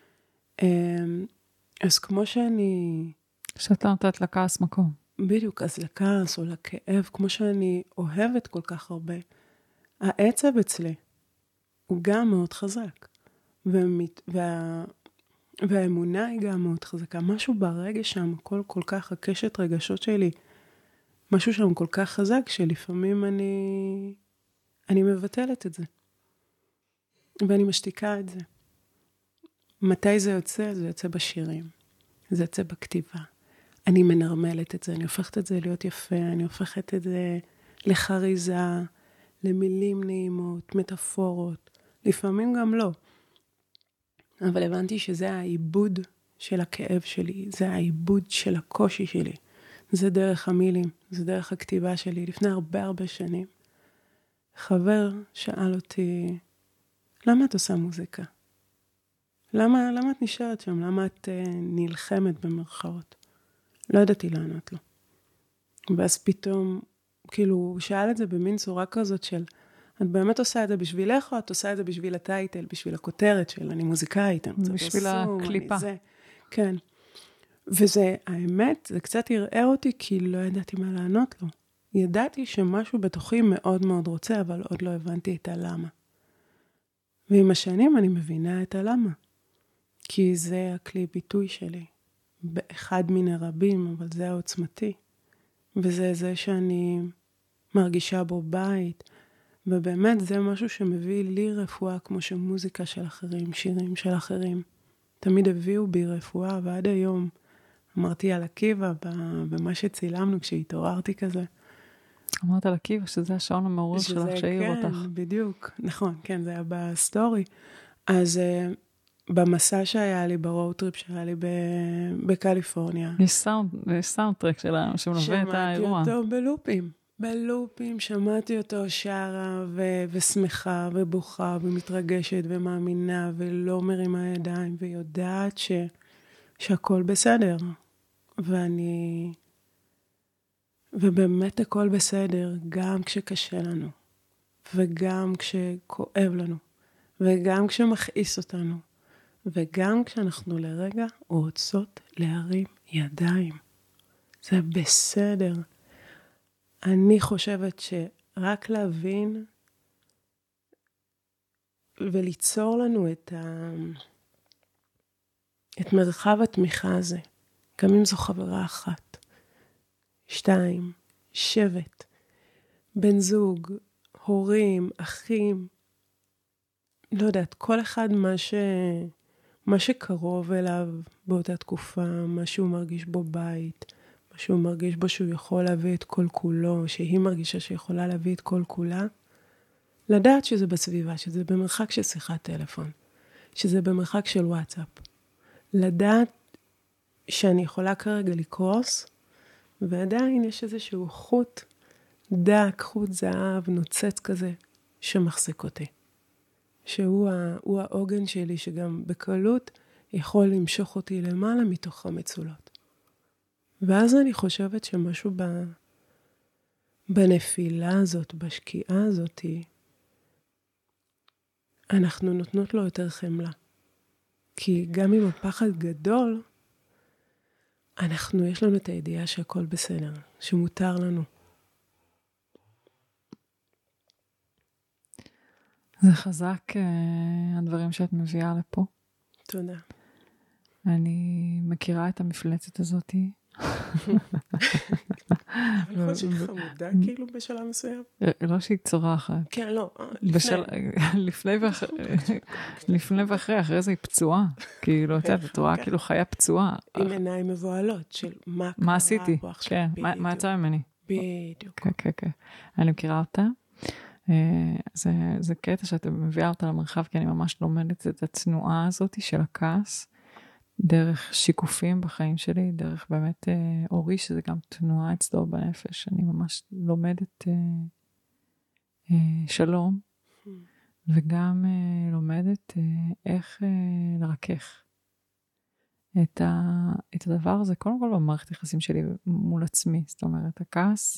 אז כמו שאני... שאתה נותנת לכעס מקום. בדיוק, אז לכעס או לכאב, כמו שאני אוהבת כל כך הרבה, העצב אצלי הוא גם מאוד חזק. ומת... וה... והאמונה היא גם מאוד חזקה. משהו ברגע שם, כל, כל כך, הקשת רגשות שלי, משהו שם כל כך חזק, שלפעמים אני... אני מבטלת את זה. ואני משתיקה את זה. מתי זה יוצא? זה יוצא בשירים. זה יוצא בכתיבה. אני מנרמלת את זה, אני הופכת את זה להיות יפה, אני הופכת את זה לחריזה, למילים נעימות, מטאפורות. לפעמים גם לא. אבל הבנתי שזה העיבוד של הכאב שלי, זה העיבוד של הקושי שלי. זה דרך המילים, זה דרך הכתיבה שלי. לפני הרבה הרבה שנים, חבר שאל אותי, למה את עושה מוזיקה? למה, למה את נשארת שם? למה את uh, נלחמת במרכאות? לא ידעתי לענות לו. ואז פתאום, כאילו, הוא שאל את זה במין צורה כזאת של, את באמת עושה את זה בשבילך, או את עושה את זה בשביל הטייטל, בשביל הכותרת של אני מוזיקאית, אני רוצה בשביל פרסום, הקליפה. אני זה. כן. וזה, האמת, זה קצת ערער אותי, כי לא ידעתי מה לענות לו. ידעתי שמשהו בתוכי מאוד מאוד רוצה, אבל עוד לא הבנתי את הלמה. ועם השנים אני מבינה את הלמה. כי זה הכלי ביטוי שלי. באחד מן הרבים, אבל זה העוצמתי. וזה זה שאני מרגישה בו בית. ובאמת זה משהו שמביא לי רפואה, כמו שמוזיקה של אחרים, שירים של אחרים. תמיד הביאו בי רפואה, ועד היום אמרתי על עקיבא, במה שצילמנו כשהתעוררתי כזה. אמרת על עקיבא, שזה השעון המעורר שלך שהעיר אותך. כן, בדיוק. נכון, כן, זה היה בסטורי. אז uh, במסע שהיה לי, ברואוטריפ שהיה לי בקליפורניה. יש סאונד, יש סאונד טרק שלנו, שמלווה את האירוע. שמעתי אותו בלופים. בלופים, שמעתי אותו שרה ו- ושמחה ובוכה ומתרגשת ומאמינה ולא מרימה ידיים ויודעת ש- שהכל בסדר. ואני... ובאמת הכל בסדר, גם כשקשה לנו, וגם כשכואב לנו, וגם כשמכעיס אותנו, וגם כשאנחנו לרגע רוצות להרים ידיים. זה בסדר. אני חושבת שרק להבין וליצור לנו את, ה... את מרחב התמיכה הזה, גם אם זו חברה אחת, שתיים, שבט, בן זוג, הורים, אחים, לא יודעת, כל אחד מה, ש... מה שקרוב אליו באותה תקופה, מה שהוא מרגיש בו בית, מה שהוא מרגיש בו שהוא יכול להביא את כל כולו, שהיא מרגישה שיכולה להביא את כל כולה, לדעת שזה בסביבה, שזה במרחק של שיחת טלפון, שזה במרחק של וואטסאפ. לדעת שאני יכולה כרגע לקרוס, ועדיין יש איזשהו חוט דק, חוט זהב, נוצץ כזה, שמחזיק אותי. שהוא הוא העוגן שלי, שגם בקלות יכול למשוך אותי למעלה מתוך המצולות. ואז אני חושבת שמשהו ב, בנפילה הזאת, בשקיעה הזאת, אנחנו נותנות לו יותר חמלה. כי גם אם הפחד גדול, אנחנו, יש לנו את הידיעה שהכל בסדר, שמותר לנו. זה חזק, הדברים שאת מביאה לפה. תודה. אני מכירה את המפלצת הזאת. אבל חושבת שהיא חמודה כאילו בשלב מסוים. לא שהיא צורחת. כן, לא. לפני ואחרי, אחרי זה היא פצועה. כאילו, את רואה כאילו חיה פצועה. עם עיניים מבועלות של מה קרה פה עכשיו. מה עשיתי? כן, מה יצא ממני? בדיוק. כן, כן, כן. אני מכירה אותה. זה, זה קטע שאתה מביאה אותה למרחב, כי אני ממש לומדת את התנועה הזאת של הכעס, דרך שיקופים בחיים שלי, דרך באמת אה, אורי, שזה גם תנועה אצלו בנפש, אני ממש לומדת אה, אה, שלום, וגם אה, לומדת אה, איך אה, לרכך את, ה, את הדבר הזה, קודם כל במערכת יחסים שלי מול עצמי, זאת אומרת, הכעס,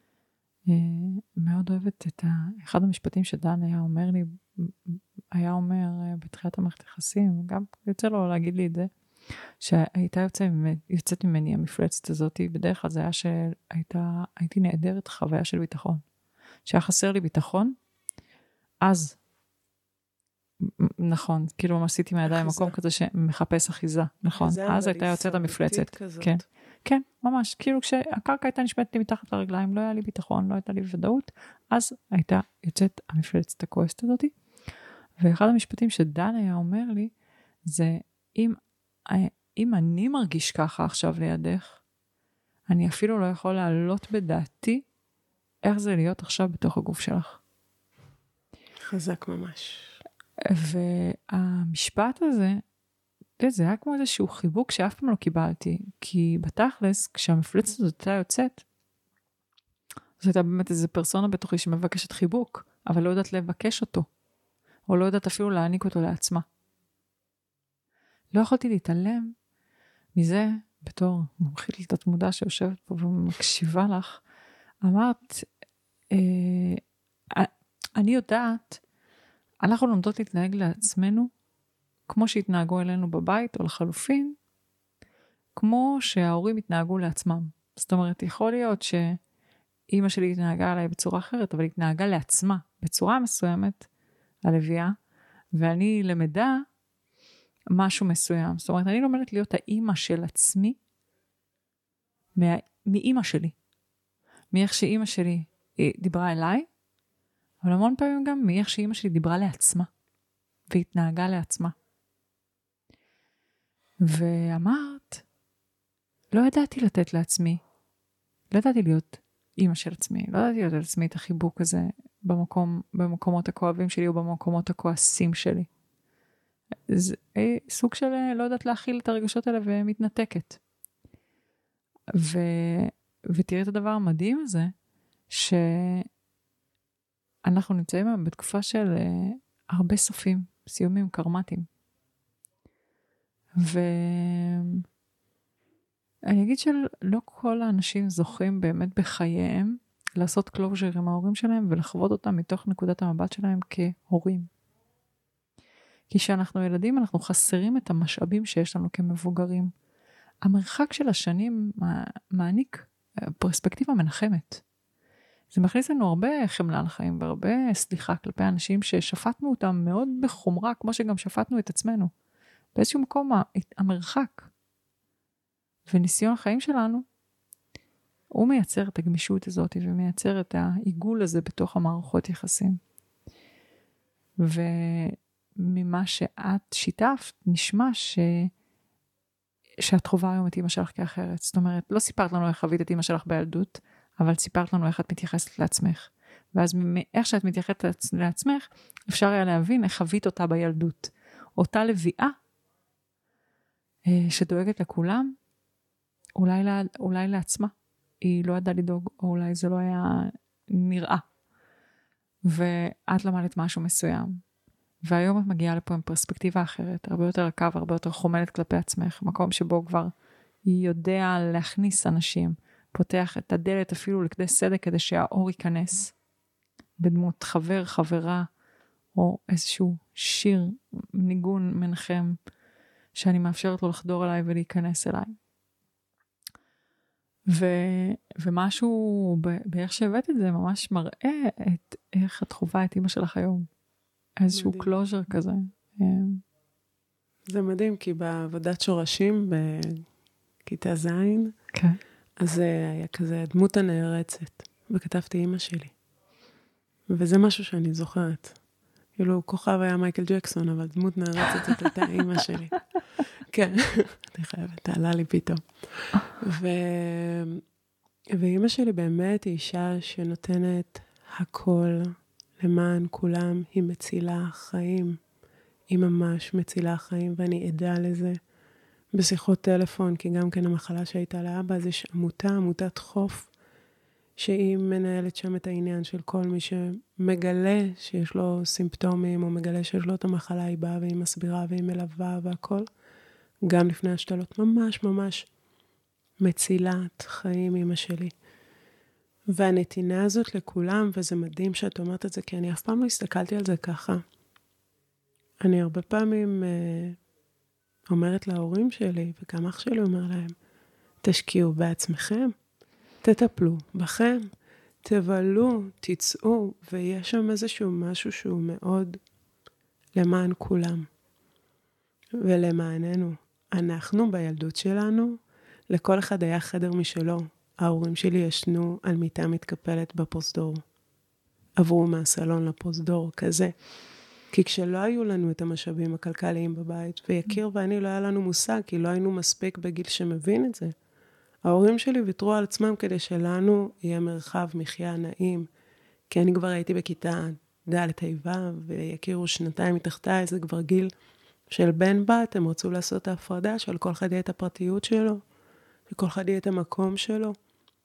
מאוד אוהבת את ה... אחד המשפטים שדן היה אומר לי, היה אומר בתחילת המערכת יחסים, גם יוצא לו להגיד לי את זה, שהייתה יוצא, יוצאת ממני המפלצת הזאת, בדרך כלל זה היה שהייתה, הייתי נעדרת חוויה של ביטחון. שהיה חסר לי ביטחון, אז, נכון, כאילו עשיתי מהידיים מקום כזה שמחפש אחיזה, נכון, אז הייתה יוצאת המפלצת. כן. כן, ממש, כאילו כשהקרקע הייתה נשמעת לי מתחת לרגליים, לא היה לי ביטחון, לא הייתה לי ודאות, אז הייתה יוצאת המפלצת הכועסת הזאת, ואחד המשפטים שדן היה אומר לי, זה אם, אם אני מרגיש ככה עכשיו לידך, אני אפילו לא יכול לעלות בדעתי, איך זה להיות עכשיו בתוך הגוף שלך. חזק ממש. והמשפט הזה, זה היה כמו איזשהו חיבוק שאף פעם לא קיבלתי, כי בתכלס, כשהמפלצת הזאת הייתה יוצאת, זו הייתה באמת איזו פרסונה בתוכי שמבקשת חיבוק, אבל לא יודעת לבקש אותו, או לא יודעת אפילו להעניק אותו לעצמה. לא יכולתי להתעלם מזה, בתור מומחית לתת מודע שיושבת פה ומקשיבה לך, אמרת, אה, אני יודעת, אנחנו לומדות להתנהג לעצמנו, כמו שהתנהגו אלינו בבית, או לחלופין, כמו שההורים התנהגו לעצמם. זאת אומרת, יכול להיות שאמא שלי התנהגה עליי בצורה אחרת, אבל התנהגה לעצמה בצורה מסוימת, הלוויה, ואני למדה משהו מסוים. זאת אומרת, אני לומדת להיות האמא של עצמי, מה, מאמא שלי. מאיך שאמא שלי דיברה אליי, אבל המון פעמים גם מאיך שאמא שלי דיברה לעצמה, והתנהגה לעצמה. ואמרת, לא ידעתי לתת לעצמי, לא ידעתי להיות אמא של עצמי, לא ידעתי לתת לעצמי את החיבוק הזה במקום, במקומות הכואבים שלי או במקומות הכועסים שלי. זה סוג של לא יודעת להכיל את הרגשות האלה ומתנתקת. ו, ותראי את הדבר המדהים הזה, שאנחנו נמצאים בתקופה של הרבה סופים, סיומים קרמטיים. ואני אגיד שלא כל האנשים זוכים באמת בחייהם לעשות קלוז'ר עם ההורים שלהם ולחוות אותם מתוך נקודת המבט שלהם כהורים. כי כשאנחנו ילדים אנחנו חסרים את המשאבים שיש לנו כמבוגרים. המרחק של השנים מעניק פרספקטיבה מנחמת. זה מכניס לנו הרבה חמלה לחיים והרבה סליחה כלפי אנשים ששפטנו אותם מאוד בחומרה, כמו שגם שפטנו את עצמנו. באיזשהו מקום המרחק וניסיון החיים שלנו, הוא מייצר את הגמישות הזאת ומייצר את העיגול הזה בתוך המערכות יחסים. וממה שאת שיתפת, נשמע ש... שאת חובה היום את אמא שלך כאחרת. זאת אומרת, לא סיפרת לנו איך חווית את אמא שלך בילדות, אבל סיפרת לנו איך את מתייחסת לעצמך. ואז מאיך שאת מתייחסת לעצמך, אפשר היה להבין איך חווית אותה בילדות. אותה לביאה, שדואגת לכולם, אולי, לה, אולי לעצמה. היא לא ידעה לדאוג, או אולי זה לא היה נראה. ואת למדת משהו מסוים. והיום את מגיעה לפה עם פרספקטיבה אחרת, הרבה יותר רכה והרבה יותר חומלת כלפי עצמך, מקום שבו כבר היא יודע להכניס אנשים, פותח את הדלת אפילו לכדי סדק כדי שהאור ייכנס, בדמות חבר, חברה, או איזשהו שיר, ניגון מנחם, שאני מאפשרת לו לחדור אליי ולהיכנס אליי. ו, ומשהו באיך שהבאת את זה ממש מראה את איך את חובה את אמא שלך היום. איזשהו קלוז'ר כזה. זה מדהים, כי בעבודת שורשים בכיתה זין, כן. אז זה היה כזה דמות הנערצת, וכתבתי אמא שלי. וזה משהו שאני זוכרת. כאילו, כוכב היה מייקל ג'קסון, אבל דמות נערצת זאת הייתה אמא שלי. כן, אני חייבת, תעלה לי פתאום. ו... ואמא שלי באמת היא אישה שנותנת הכל למען כולם, היא מצילה חיים. היא ממש מצילה חיים, ואני עדה לזה בשיחות טלפון, כי גם כן המחלה שהייתה לאבא, אז יש עמותה, עמותת חוף, שהיא מנהלת שם את העניין של כל מי שמגלה שיש לו סימפטומים, או מגלה שיש לו את המחלה, היא באה והיא מסבירה והיא מלווה והכל. גם לפני השתלות, ממש ממש מצילת חיים אמא שלי. והנתינה הזאת לכולם, וזה מדהים שאת אומרת את זה, כי אני אף פעם לא הסתכלתי על זה ככה. אני הרבה פעמים אה, אומרת להורים שלי, וגם אח שלי אומר להם, תשקיעו בעצמכם, תטפלו בכם, תבלו, תצאו, ויש שם איזשהו משהו שהוא מאוד למען כולם. ולמעננו, אנחנו בילדות שלנו, לכל אחד היה חדר משלו. ההורים שלי ישנו על מיטה מתקפלת בפרוזדור. עברו מהסלון לפרוזדור כזה. כי כשלא היו לנו את המשאבים הכלכליים בבית, ויקיר ואני לא היה לנו מושג, כי לא היינו מספיק בגיל שמבין את זה. ההורים שלי ויתרו על עצמם כדי שלנו יהיה מרחב מחיה נעים. כי אני כבר הייתי בכיתה ד' היבה, ויקירו שנתיים מתחתיי, זה כבר גיל של בן בת, הם רצו לעשות את ההפרדה, של כל אחד יהיה את הפרטיות שלו, וכל אחד יהיה את המקום שלו.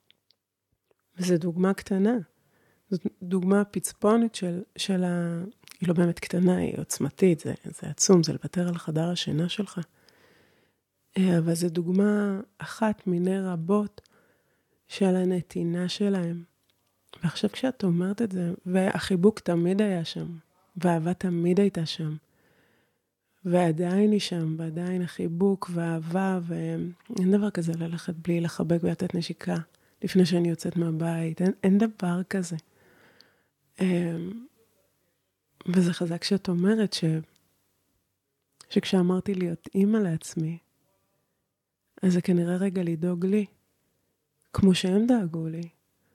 וזו דוגמה קטנה. זאת דוגמה פצפונת של, של היא לא באמת קטנה, היא עוצמתית, זה, זה עצום, זה לוותר על חדר השינה שלך. אבל זו דוגמה אחת מיני רבות של הנתינה שלהם. ועכשיו כשאת אומרת את זה, והחיבוק תמיד היה שם, והאהבה תמיד הייתה שם, ועדיין היא שם, ועדיין החיבוק והאהבה, ואין דבר כזה ללכת בלי לחבק ולתת נשיקה, לפני שאני יוצאת מהבית, אין, אין דבר כזה. וזה חזק שאת אומרת ש... שכשאמרתי להיות אימא לעצמי, אז זה כנראה רגע לדאוג לי, כמו שהם דאגו לי.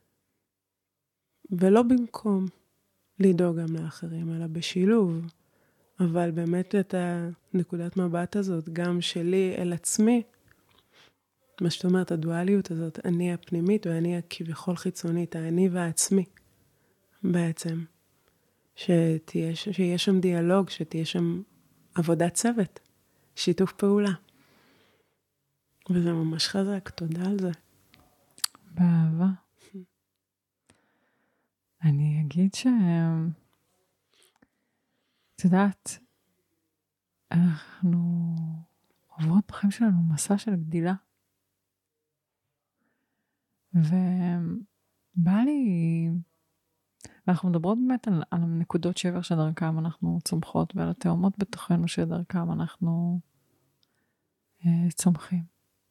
ולא במקום לדאוג גם לאחרים, אלא בשילוב. אבל באמת את הנקודת מבט הזאת, גם שלי אל עצמי, מה שאת אומרת, הדואליות הזאת, אני הפנימית ואני הכביכול חיצונית, האני והעצמי, בעצם. שתהיה, שיהיה שם דיאלוג, שתהיה שם עבודת צוות, שיתוף פעולה. וזה ממש חזק, תודה על זה. באהבה. אני אגיד ש... את יודעת, אנחנו עוברות בחיים שלנו מסע של גדילה. ובא לי... ואנחנו מדברות באמת על, על נקודות שבר שדרכם אנחנו צומחות, ועל התאומות בתוכנו שדרכם אנחנו אה, צומחים.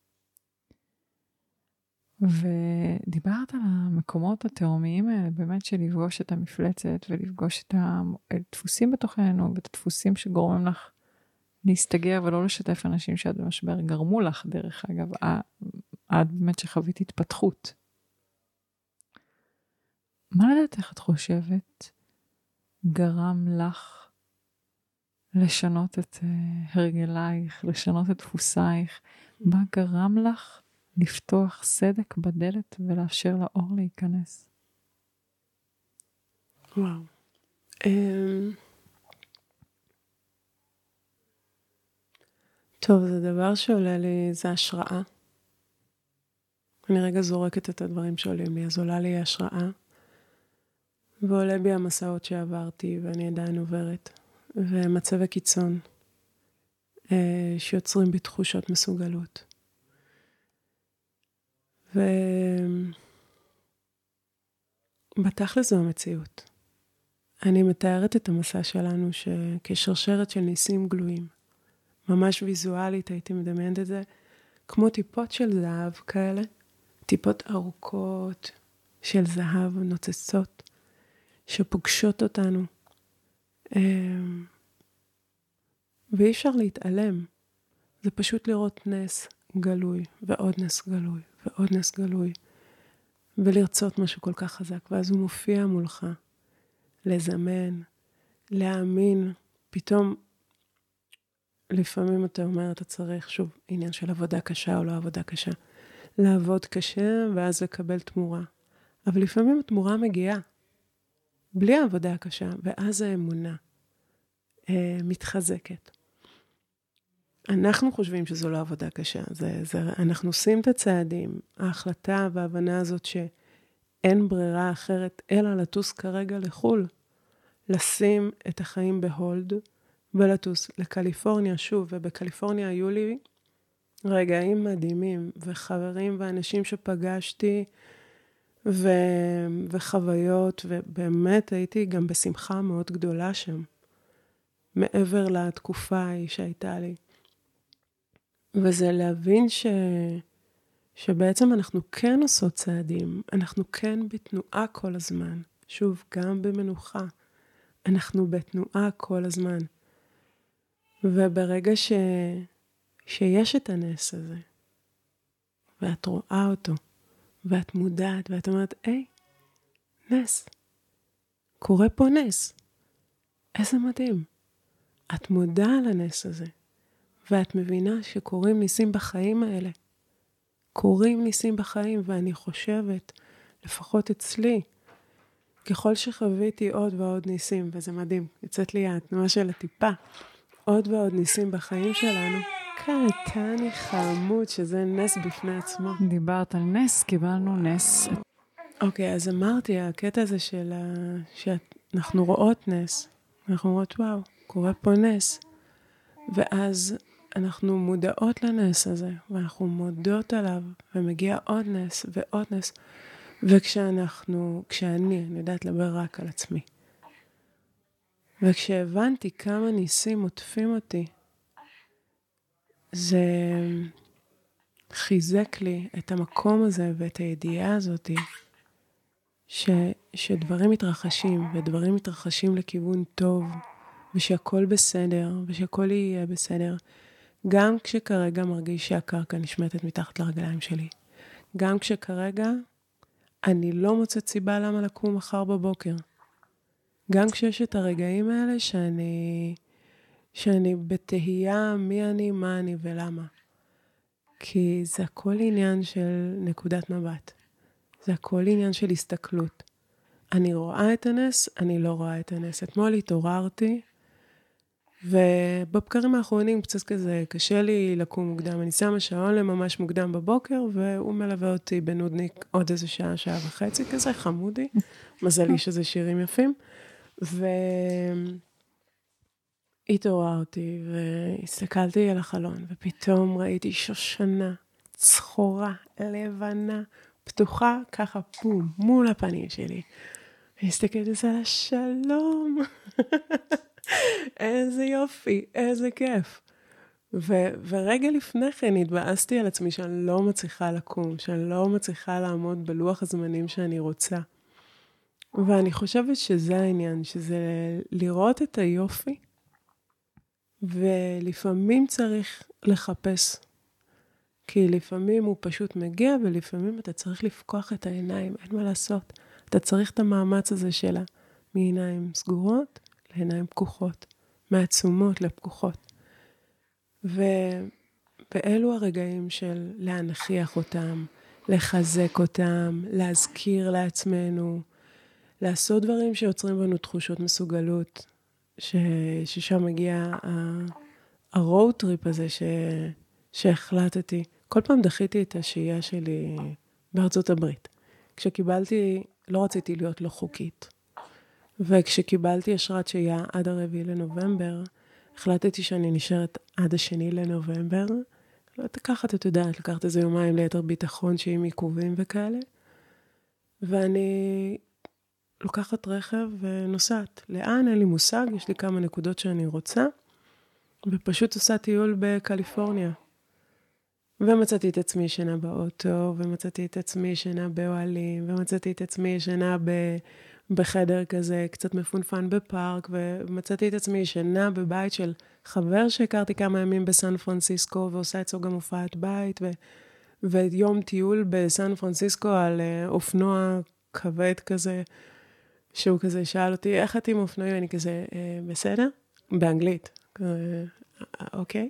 ודיברת על המקומות התאומיים האלה, באמת של לפגוש את המפלצת, ולפגוש את הדפוסים בתוכנו, ואת הדפוסים שגורמים לך להסתגר, ולא לשתף אנשים שאת במשבר גרמו לך, דרך אגב, עד באמת שחווית התפתחות. מה לדעתך את חושבת גרם לך לשנות את הרגלייך, לשנות את דפוסייך? מה גרם לך לפתוח סדק בדלת ולאפשר לאור להיכנס? וואו. טוב, זה דבר שעולה לי, זה השראה. אני רגע זורקת את הדברים שעולים לי, אז עולה לי השראה. ועולה בי המסעות שעברתי, ואני עדיין עוברת. ומצבי קיצון, שיוצרים בי תחושות מסוגלות. ובתכל'ס זו המציאות. אני מתארת את המסע שלנו כשרשרת של ניסים גלויים. ממש ויזואלית הייתי מדמיינת את זה, כמו טיפות של זהב כאלה, טיפות ארוכות של זהב נוצצות, שפוגשות אותנו. ואי אפשר להתעלם. זה פשוט לראות נס גלוי, ועוד נס גלוי, ועוד נס גלוי, ולרצות משהו כל כך חזק, ואז הוא מופיע מולך, לזמן, להאמין, פתאום, לפעמים אתה אומר, אתה צריך, שוב, עניין של עבודה קשה או לא עבודה קשה, לעבוד קשה, ואז לקבל תמורה. אבל לפעמים התמורה מגיעה, בלי העבודה הקשה, ואז האמונה אה, מתחזקת. אנחנו חושבים שזו לא עבודה קשה, זה, זה, אנחנו עושים את הצעדים, ההחלטה וההבנה הזאת שאין ברירה אחרת, אלא לטוס כרגע לחול, לשים את החיים בהולד, ולטוס לקליפורניה שוב, ובקליפורניה היו לי רגעים מדהימים, וחברים ואנשים שפגשתי, ו... וחוויות, ובאמת הייתי גם בשמחה מאוד גדולה שם, מעבר לתקופה ההיא שהייתה לי. וזה להבין ש... שבעצם אנחנו כן עושות צעדים, אנחנו כן בתנועה כל הזמן, שוב, גם במנוחה, אנחנו בתנועה כל הזמן. וברגע ש... שיש את הנס הזה, ואת רואה אותו, ואת מודעת, ואת אומרת, היי, נס, קורה פה נס, איזה מדהים. את מודעה על הנס הזה, ואת מבינה שקורים ניסים בחיים האלה. קורים ניסים בחיים, ואני חושבת, לפחות אצלי, ככל שחוויתי עוד ועוד ניסים, וזה מדהים, יצאת לי התנועה של הטיפה, עוד ועוד ניסים בחיים שלנו, קטני חמוד, שזה נס בפני עצמו. דיברת על נס, קיבלנו נס. אוקיי, אז אמרתי, הקטע הזה של ה... שאנחנו רואות נס, אנחנו אומרות, וואו, קורה פה נס. ואז אנחנו מודעות לנס הזה, ואנחנו מודות עליו, ומגיע עוד נס ועוד נס. וכשאנחנו, כשאני, אני יודעת לדבר רק על עצמי. וכשהבנתי כמה ניסים עוטפים אותי, זה חיזק לי את המקום הזה ואת הידיעה הזאת, ש, שדברים מתרחשים, ודברים מתרחשים לכיוון טוב, ושהכל בסדר, ושהכל יהיה בסדר. גם כשכרגע מרגיש שהקרקע נשמטת מתחת לרגליים שלי. גם כשכרגע אני לא מוצאת סיבה למה לקום מחר בבוקר. גם כשיש את הרגעים האלה שאני, שאני בתהייה מי אני, מה אני ולמה. כי זה הכל עניין של נקודת מבט. זה הכל עניין של הסתכלות. אני רואה את הנס, אני לא רואה את הנס. אתמול התעוררתי, ובבקרים האחרונים קצת כזה, קשה לי לקום מוקדם. אני שמה שעון לממש מוקדם בבוקר, והוא מלווה אותי בנודניק עוד איזה שעה, שעה וחצי, כזה חמודי. מזלי שזה שירים יפים. והתעוררתי, והסתכלתי על החלון, ופתאום ראיתי שושנה, צחורה, לבנה, פתוחה, ככה פום, מול הפנים שלי. והסתכלתי על השלום. איזה יופי, איזה כיף. ו- ורגע לפני כן התבאסתי על עצמי שאני לא מצליחה לקום, שאני לא מצליחה לעמוד בלוח הזמנים שאני רוצה. ואני חושבת שזה העניין, שזה לראות את היופי, ולפעמים צריך לחפש. כי לפעמים הוא פשוט מגיע, ולפעמים אתה צריך לפקוח את העיניים, אין מה לעשות. אתה צריך את המאמץ הזה שלה, מעיניים סגורות לעיניים פקוחות, מעצומות לפקוחות. ו... ואלו הרגעים של להנחיח אותם, לחזק אותם, להזכיר לעצמנו, לעשות דברים שיוצרים בנו תחושות מסוגלות, ש... ששם מגיע הרואוד טריפ הזה ש... שהחלטתי. כל פעם דחיתי את השהייה שלי בארצות הברית. כשקיבלתי, לא רציתי להיות לא חוקית. וכשקיבלתי אשרת שהייה עד הרביעי לנובמבר, החלטתי שאני נשארת עד השני לנובמבר. לא תקחת, את יודעת, לקחת איזה יומיים ליתר ביטחון שעם עיכובים וכאלה. ואני לוקחת רכב ונוסעת. לאן? אין לי מושג, יש לי כמה נקודות שאני רוצה. ופשוט עושה טיול בקליפורניה. ומצאתי את עצמי ישנה באוטו, ומצאתי את עצמי ישנה באוהלים, ומצאתי את עצמי ישנה ב... בחדר כזה, קצת מפונפן בפארק, ומצאתי את עצמי ישנה בבית של חבר שהכרתי כמה ימים בסן פרנסיסקו, ועושה אצלו גם הופעת בית, ו... ויום טיול בסן פרנסיסקו על אופנוע כבד כזה, שהוא כזה שאל אותי, איך את עם אופנועים? אני כזה, בסדר? באנגלית. אוקיי.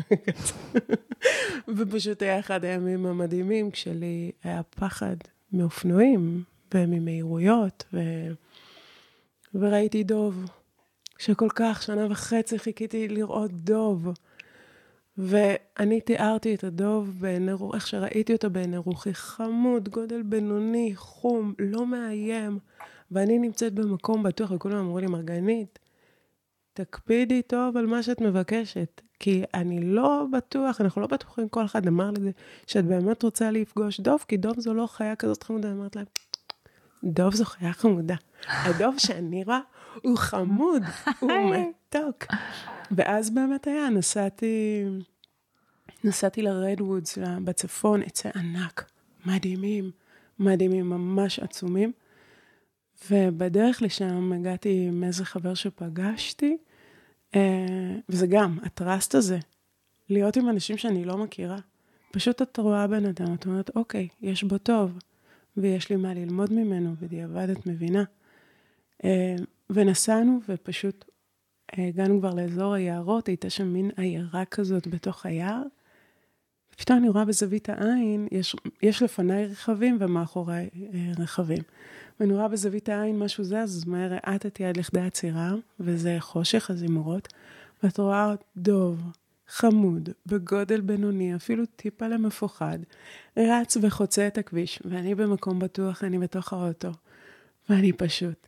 ופשוט היה אחד הימים המדהימים, כשלי היה פחד מאופנועים, וממהירויות, ו... וראיתי דוב, שכל כך שנה וחצי חיכיתי לראות דוב, ואני תיארתי את הדוב בעיני רוחי, איך שראיתי אותו בעיני רוחי, חמוד, גודל בינוני, חום, לא מאיים, ואני נמצאת במקום בטוח, וכולם אמרו לי, מרגנית, תקפידי טוב על מה שאת מבקשת, כי אני לא בטוח, אנחנו לא בטוחים, כל אחד אמר לזה, שאת באמת רוצה לפגוש דוב, כי דוב זו לא חיה כזאת חמודה, אני אמרת להם, דוב זו חיה חמודה. הדוב שאני רואה הוא חמוד, הוא מתוק. ואז באמת היה, נסעתי, נסעתי לרדוודס בצפון, עצי ענק, מדהימים, מדהימים, ממש עצומים. ובדרך לשם הגעתי עם איזה חבר שפגשתי, וזה גם, הטרסט הזה, להיות עם אנשים שאני לא מכירה. פשוט את רואה בן אדם, את אומרת, אוקיי, יש בו טוב. ויש לי מה ללמוד ממנו, בדיעבד את מבינה. ונסענו, ופשוט הגענו כבר לאזור היערות, הייתה שם מין עיירה כזאת בתוך היער, ופתאום אני רואה בזווית העין, יש, יש לפניי רכבים ומאחוריי רכבים. ואני רואה בזווית העין משהו זז, אז מהר רעתתי עד לכדי הצירה, וזה חושך הזימורות, ואת רואה דוב, חמוד, בגודל בינוני, אפילו טיפה למפוחד, רץ וחוצה את הכביש, ואני במקום בטוח, אני בתוך האוטו, ואני פשוט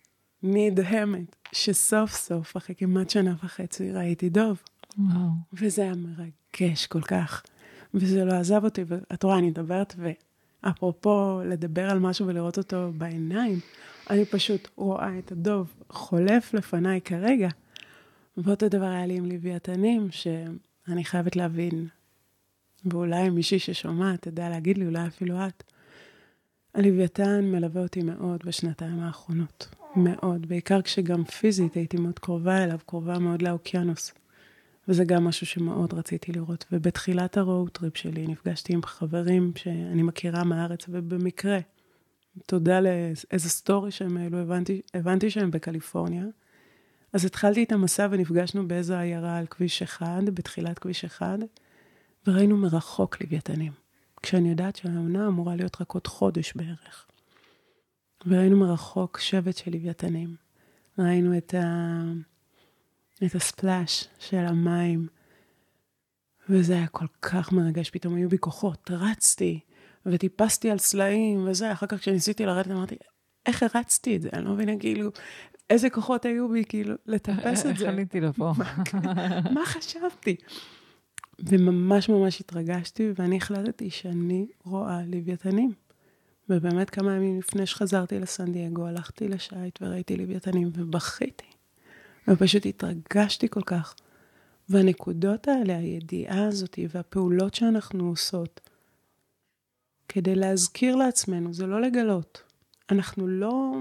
נדהמת שסוף סוף, אחרי כמעט שנה וחצי, ראיתי דוב. וואו. וזה היה מרגש כל כך. וזה לא עזב אותי, ואת רואה, אני מדברת, ואפרופו לדבר על משהו ולראות אותו בעיניים, אני פשוט רואה את הדוב חולף לפניי כרגע. ואותו דבר היה לי עם לוויתנים, שאני חייבת להבין, ואולי מישהי ששומעת, תדע להגיד לי, אולי אפילו את. הלוויתן מלווה אותי מאוד בשנתיים האחרונות. מאוד. בעיקר כשגם פיזית הייתי מאוד קרובה אליו, קרובה מאוד לאוקיינוס. וזה גם משהו שמאוד רציתי לראות. ובתחילת הרואוטריפ שלי נפגשתי עם חברים שאני מכירה מהארץ, ובמקרה, תודה לאיזה סטורי שהם העלו, הבנתי, הבנתי שהם בקליפורניה. אז התחלתי את המסע ונפגשנו באיזו עיירה על כביש אחד, בתחילת כביש אחד, וראינו מרחוק לוויתנים. כשאני יודעת שהעונה אמורה להיות רק עוד חודש בערך. וראינו מרחוק שבט של לוויתנים. ראינו את ה... את הספלאש של המים, וזה היה כל כך מרגש, פתאום היו בי כוחות, רצתי, וטיפסתי על סלעים, וזה, אחר כך כשניסיתי לרדת, אמרתי, איך הרצתי את זה? אני לא מבינה, כאילו, איזה כוחות היו בי, כאילו, לטפס את זה. איך עליתי לפה? מה חשבתי? וממש ממש התרגשתי, ואני החלטתי שאני רואה לוויתנים. ובאמת כמה ימים לפני שחזרתי לסן דייגו, הלכתי לשייט וראיתי לוויתנים, ובכיתי. ופשוט התרגשתי כל כך. והנקודות האלה, הידיעה הזאת, והפעולות שאנחנו עושות, כדי להזכיר לעצמנו, זה לא לגלות. אנחנו לא...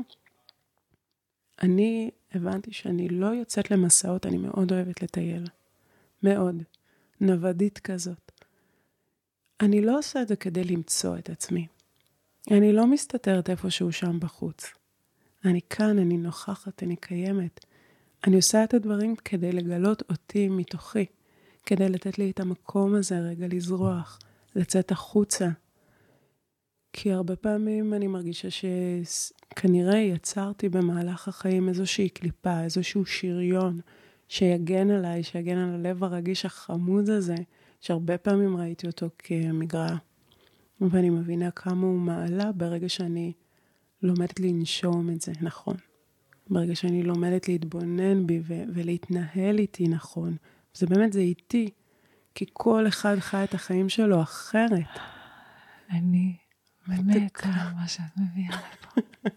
אני הבנתי שאני לא יוצאת למסעות, אני מאוד אוהבת לטייל. מאוד. נוודית כזאת. אני לא עושה את זה כדי למצוא את עצמי. אני לא מסתתרת איפשהו שם בחוץ. אני כאן, אני נוכחת, אני קיימת. אני עושה את הדברים כדי לגלות אותי מתוכי, כדי לתת לי את המקום הזה רגע לזרוח, לצאת החוצה. כי הרבה פעמים אני מרגישה שכנראה יצרתי במהלך החיים איזושהי קליפה, איזשהו שריון, שיגן עליי, שיגן על הלב הרגיש החמוד הזה, שהרבה פעמים ראיתי אותו כמגרעה. ואני מבינה כמה הוא מעלה ברגע שאני לומדת לנשום את זה נכון. ברגע שאני לומדת להתבונן בי ו- ולהתנהל איתי נכון. זה באמת, זה איתי, כי כל אחד חי את החיים שלו אחרת. אני באמת על מה שאת מביאה לפה.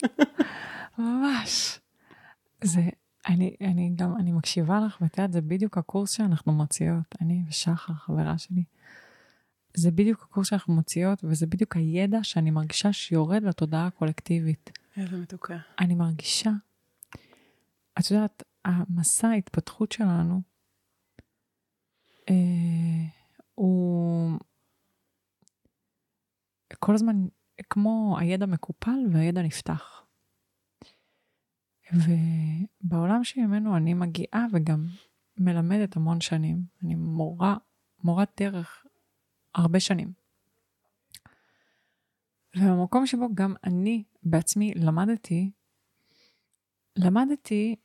ממש. זה, אני, אני גם, אני מקשיבה לך, ותראה, זה בדיוק הקורס שאנחנו מוציאות, אני ושחר, חברה שלי. זה בדיוק הקורס שאנחנו מוציאות, וזה בדיוק הידע שאני מרגישה שיורד לתודעה הקולקטיבית. איזה מתוקה. אני מרגישה, את יודעת, המסע ההתפתחות שלנו, אה, הוא כל הזמן כמו הידע מקופל והידע נפתח. ובעולם שממנו אני מגיעה וגם מלמדת המון שנים, אני מורה, מורת דרך הרבה שנים. ובמקום שבו גם אני בעצמי למדתי, למדתי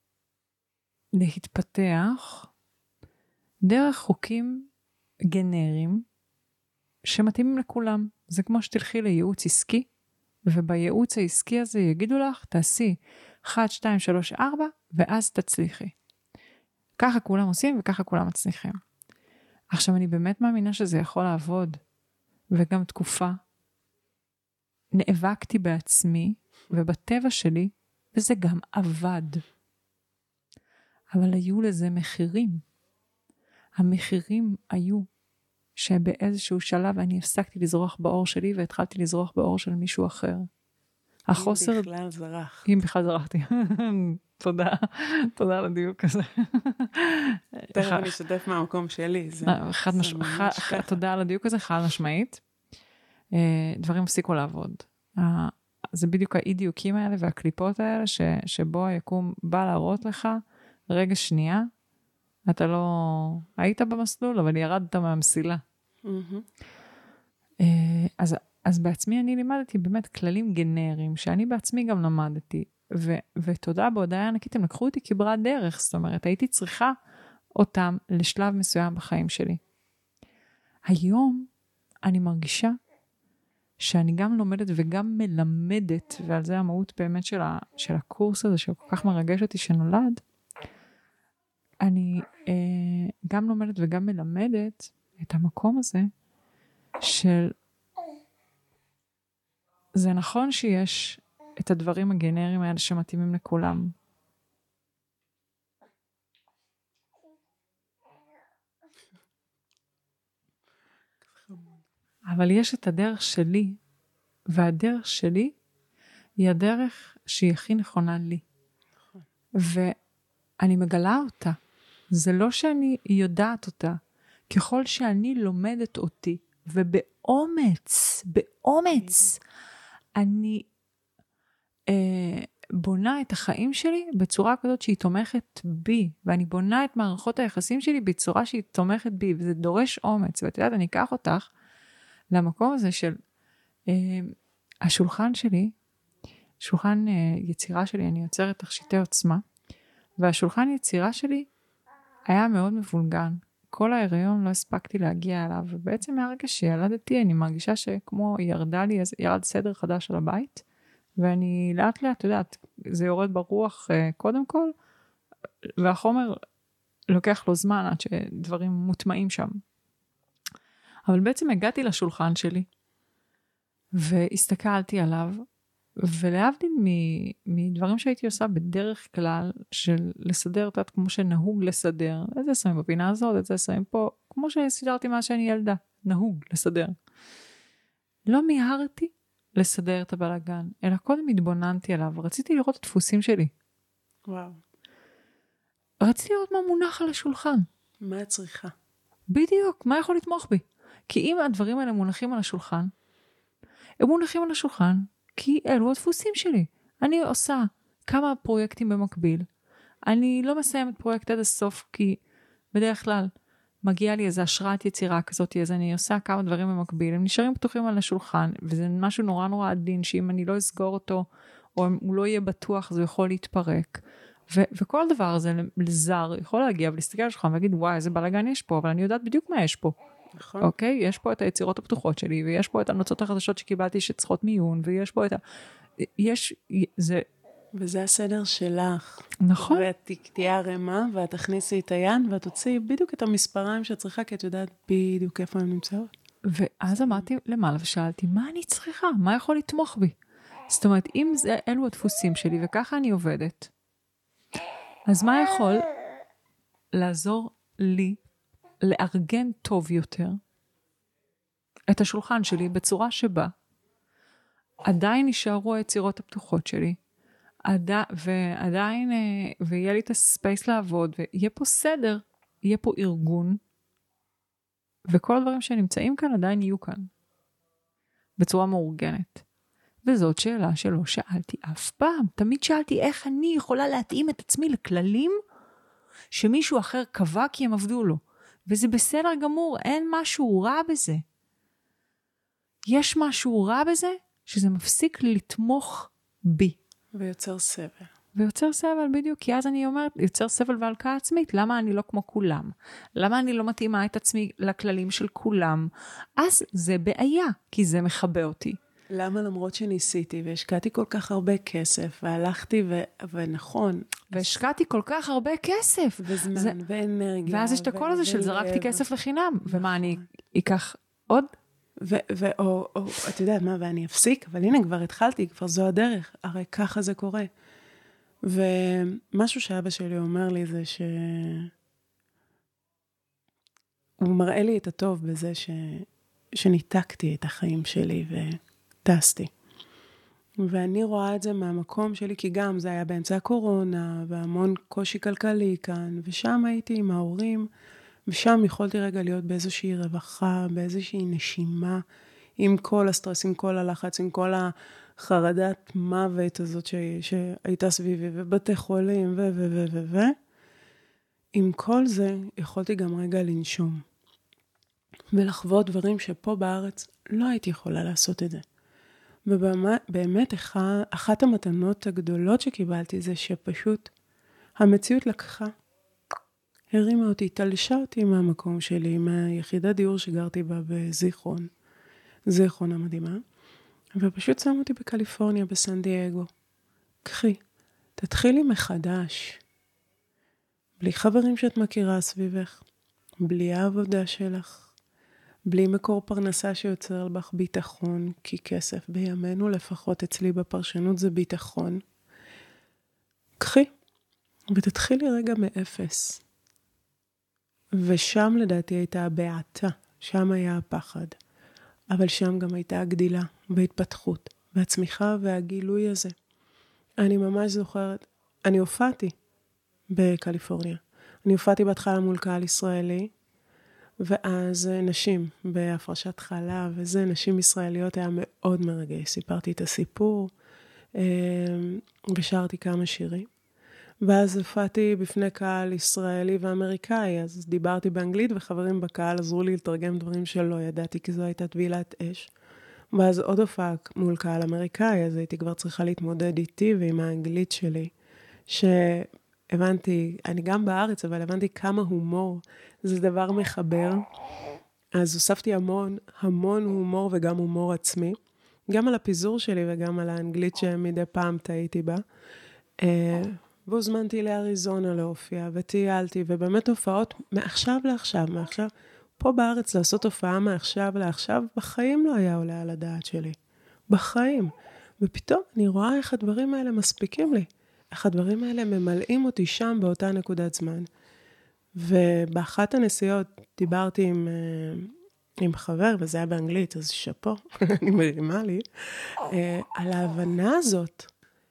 להתפתח דרך חוקים גנריים שמתאימים לכולם. זה כמו שתלכי לייעוץ עסקי, ובייעוץ העסקי הזה יגידו לך, תעשי אחת, שתיים, שלוש, ארבע, ואז תצליחי. ככה כולם עושים וככה כולם מצליחים. עכשיו אני באמת מאמינה שזה יכול לעבוד, וגם תקופה נאבקתי בעצמי ובטבע שלי, וזה גם עבד. אבל היו לזה מחירים. המחירים היו שבאיזשהו שלב אני הפסקתי לזרוח באור שלי, והתחלתי לזרוח באור של מישהו אחר. החוסר... אם בכלל זרח. אם בכלל זרחתי. תודה, תודה על הדיוק הזה. תכף אני אשתף מהמקום שלי. תודה על הדיוק הזה, חד משמעית. דברים הפסיקו לעבוד. זה בדיוק האי דיוקים האלה והקליפות האלה, שבו היקום בא להראות לך, רגע שנייה, אתה לא... היית במסלול, אבל ירדת מהמסילה. אז, אז בעצמי אני לימדתי באמת כללים גנריים, שאני בעצמי גם למדתי, ו, ותודה בהודעה ענקית, הם לקחו אותי כברת דרך, זאת אומרת, הייתי צריכה אותם לשלב מסוים בחיים שלי. היום אני מרגישה שאני גם לומדת וגם מלמדת, ועל זה המהות באמת של, ה, של הקורס הזה, שכל כך מרגש אותי שנולד, אני אה, גם לומדת וגם מלמדת את המקום הזה, של זה נכון שיש את הדברים הגנריים האלה שמתאימים לכולם. אבל יש את הדרך שלי, והדרך שלי היא הדרך שהיא הכי נכונה לי. ואני מגלה אותה. זה לא שאני יודעת אותה. ככל שאני לומדת אותי, ובאומץ, באומץ, אני אה, בונה את החיים שלי בצורה כזאת שהיא תומכת בי, ואני בונה את מערכות היחסים שלי בצורה שהיא תומכת בי, וזה דורש אומץ. ואת יודעת, אני אקח אותך למקום הזה של אה, השולחן שלי, שולחן אה, יצירה שלי, אני יוצרת תכשיטי עוצמה, והשולחן יצירה שלי היה מאוד מבולגן. כל ההיריון לא הספקתי להגיע אליו, ובעצם מהרגע שילדתי אני מרגישה שכמו ירדה לי, ירד סדר חדש על הבית, ואני לאט לאט, יודעת, זה יורד ברוח uh, קודם כל, והחומר לוקח לו זמן עד שדברים מוטמעים שם. אבל בעצם הגעתי לשולחן שלי, והסתכלתי עליו, ולהבדיל מדברים שהייתי עושה בדרך כלל, של לסדר, את כמו שנהוג לסדר, את זה שמים בפינה הזאת, את זה שמים פה, כמו שסידרתי מה שאני ילדה, נהוג לסדר. לא מיהרתי לסדר את הבלגן, אלא קודם התבוננתי עליו, רציתי לראות את הדפוסים שלי. וואו. רציתי לראות מה מונח על השולחן. מה הצריכה? בדיוק, מה יכול לתמוך בי? כי אם הדברים האלה מונחים על השולחן, הם מונחים על השולחן, כי אלו הדפוסים שלי. אני עושה כמה פרויקטים במקביל. אני לא מסיימת פרויקט עד הסוף, כי בדרך כלל מגיעה לי איזו השראת יצירה כזאת, אז אני עושה כמה דברים במקביל. הם נשארים פתוחים על השולחן, וזה משהו נורא נורא עדין, שאם אני לא אסגור אותו, או אם הוא לא יהיה בטוח, זה יכול להתפרק. ו- וכל דבר הזה לזר יכול להגיע ולהסתכל על השולחן ולהגיד, וואי, איזה בלגן יש פה, אבל אני יודעת בדיוק מה יש פה. נכון. אוקיי? יש פה את היצירות הפתוחות שלי, ויש פה את הנוצות החדשות שקיבלתי שצריכות מיון, ויש פה את ה... יש... זה... וזה הסדר שלך. נכון. ואת תהיה הרמה, ואת תכניסי את היד, ואת תוציא בדיוק את המספריים שאת צריכה, כי את יודעת בדיוק איפה הן נמצאות. ואז אמרתי למעלה ושאלתי, מה אני צריכה? מה יכול לתמוך בי? זאת אומרת, אם זה, אלו הדפוסים שלי, וככה אני עובדת, אז מה יכול לעזור לי לארגן טוב יותר את השולחן שלי בצורה שבה עדיין יישארו היצירות הפתוחות שלי, עד... ועדיין, ויהיה לי את הספייס לעבוד, ויהיה פה סדר, יהיה פה ארגון, וכל הדברים שנמצאים כאן עדיין יהיו כאן, בצורה מאורגנת. וזאת שאלה שלא שאלתי אף פעם. תמיד שאלתי איך אני יכולה להתאים את עצמי לכללים שמישהו אחר קבע כי הם עבדו לו. וזה בסדר גמור, אין משהו רע בזה. יש משהו רע בזה שזה מפסיק לתמוך בי. ויוצר סבל. ויוצר סבל בדיוק, כי אז אני אומרת, יוצר סבל והלקאה עצמית, למה אני לא כמו כולם? למה אני לא מתאימה את עצמי לכללים של כולם? אז זה בעיה, כי זה מחבא אותי. למה למרות שניסיתי והשקעתי כל כך הרבה כסף, והלכתי ו... ונכון. והשקעתי כל כך הרבה כסף. וזמן זה... ואנרגיה. ואז יש את הקול הזה של זרקתי כסף לחינם. ומה, אני אקח עוד? ו... ו... או, או, את יודעת מה, ואני אפסיק, אבל הנה כבר התחלתי, כבר זו הדרך. הרי ככה זה קורה. ומשהו שאבא שלי אומר לי זה ש... הוא מראה לי את הטוב בזה ש... שניתקתי את החיים שלי וטסתי. ואני רואה את זה מהמקום שלי, כי גם זה היה באמצע הקורונה, והמון קושי כלכלי כאן, ושם הייתי עם ההורים, ושם יכולתי רגע להיות באיזושהי רווחה, באיזושהי נשימה, עם כל הסטרס, עם כל הלחץ, עם כל החרדת מוות הזאת ש... שהייתה סביבי, ובתי חולים, ו... ו... ו... ו... ו... עם כל זה יכולתי גם רגע לנשום. ולחוות דברים שפה בארץ לא הייתי יכולה לעשות את זה. ובאמת אחת המתנות הגדולות שקיבלתי זה שפשוט המציאות לקחה, הרימה אותי, תלשה אותי מהמקום שלי, מהיחידת דיור שגרתי בה בזיכרון, זיכרון המדהימה. ופשוט שם אותי בקליפורניה, בסן דייגו. קחי, תתחילי מחדש. בלי חברים שאת מכירה סביבך, בלי העבודה שלך, בלי מקור פרנסה שיוצר בך ביטחון, כי כסף בימינו, לפחות אצלי בפרשנות, זה ביטחון. קחי, ותתחילי רגע מאפס. ושם לדעתי הייתה הבעתה, שם היה הפחד. אבל שם גם הייתה הגדילה וההתפתחות, והצמיחה והגילוי הזה. אני ממש זוכרת, אני הופעתי בקליפורניה. אני הופעתי בהתחלה מול קהל ישראלי, ואז נשים בהפרשת חלה, וזה נשים ישראליות היה מאוד מרגש. סיפרתי את הסיפור, ושרתי כמה שירים. ואז הופעתי בפני קהל ישראלי ואמריקאי, אז דיברתי באנגלית, וחברים בקהל עזרו לי לתרגם דברים שלא ידעתי, כי זו הייתה טבילת אש. ואז עוד הופעה מול קהל אמריקאי, אז הייתי כבר צריכה להתמודד איתי ועם האנגלית שלי, שהבנתי, אני גם בארץ, אבל הבנתי כמה הומור, זה דבר מחבר. אז הוספתי המון, המון הומור וגם הומור עצמי, גם על הפיזור שלי וגם על האנגלית שמדי פעם טעיתי בה. והוזמנתי לאריזונה להופיע, וטיילתי, ובאמת הופעות מעכשיו לעכשיו, מעכשיו, פה בארץ לעשות הופעה מעכשיו לעכשיו, בחיים לא היה עולה על הדעת שלי. בחיים. ופתאום אני רואה איך הדברים האלה מספיקים לי. איך הדברים האלה ממלאים אותי שם באותה נקודת זמן. ובאחת הנסיעות דיברתי עם, עם חבר, וזה היה באנגלית, אז שפו, אני מרימה לי, על ההבנה הזאת,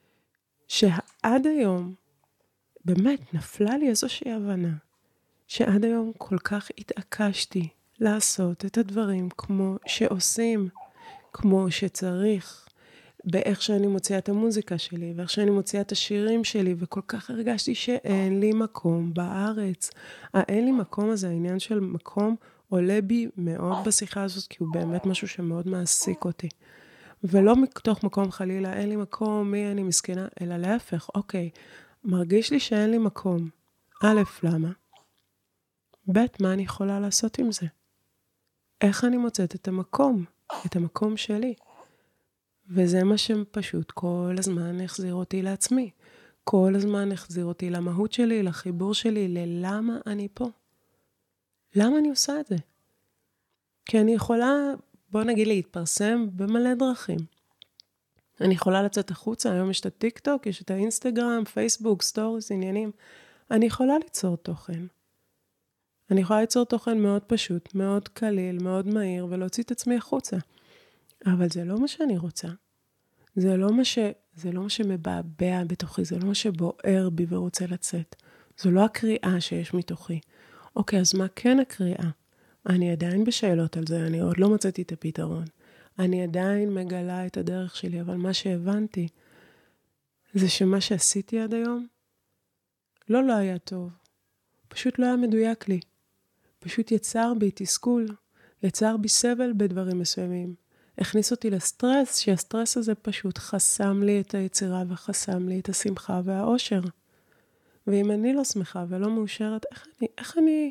שעד היום, באמת נפלה לי איזושהי הבנה, שעד היום כל כך התעקשתי לעשות את הדברים כמו שעושים, כמו שצריך, באיך שאני מוציאה את המוזיקה שלי, ואיך שאני מוציאה את השירים שלי, וכל כך הרגשתי שאין לי מקום בארץ. האין לי מקום הזה, העניין של מקום, עולה בי מאוד בשיחה הזאת, כי הוא באמת משהו שמאוד מעסיק אותי. ולא מתוך מקום חלילה, אין לי מקום, מי אני מסכנה, אלא להפך, אוקיי, מרגיש לי שאין לי מקום. א', למה? ב', מה אני יכולה לעשות עם זה? איך אני מוצאת את המקום, את המקום שלי? וזה מה שפשוט כל הזמן החזיר אותי לעצמי. כל הזמן החזיר אותי למהות שלי, לחיבור שלי, ללמה אני פה. למה אני עושה את זה? כי אני יכולה, בוא נגיד להתפרסם במלא דרכים. אני יכולה לצאת החוצה, היום יש את הטיק טוק, יש את האינסטגרם, פייסבוק, סטוריס, עניינים. אני יכולה ליצור תוכן. אני יכולה ליצור תוכן מאוד פשוט, מאוד קליל, מאוד מהיר, ולהוציא את עצמי החוצה. אבל זה לא מה שאני רוצה. זה לא מה ש... זה לא מה שמבעבע בתוכי, זה לא מה שבוער בי ורוצה לצאת. זו לא הקריאה שיש מתוכי. אוקיי, אז מה כן הקריאה? אני עדיין בשאלות על זה, אני עוד לא מצאתי את הפתרון. אני עדיין מגלה את הדרך שלי, אבל מה שהבנתי, זה שמה שעשיתי עד היום, לא לא היה טוב. פשוט לא היה מדויק לי. פשוט יצר בי תסכול, יצר בי סבל בדברים מסוימים. הכניס אותי לסטרס, שהסטרס הזה פשוט חסם לי את היצירה וחסם לי את השמחה והאושר. ואם אני לא שמחה ולא מאושרת, איך אני, איך אני,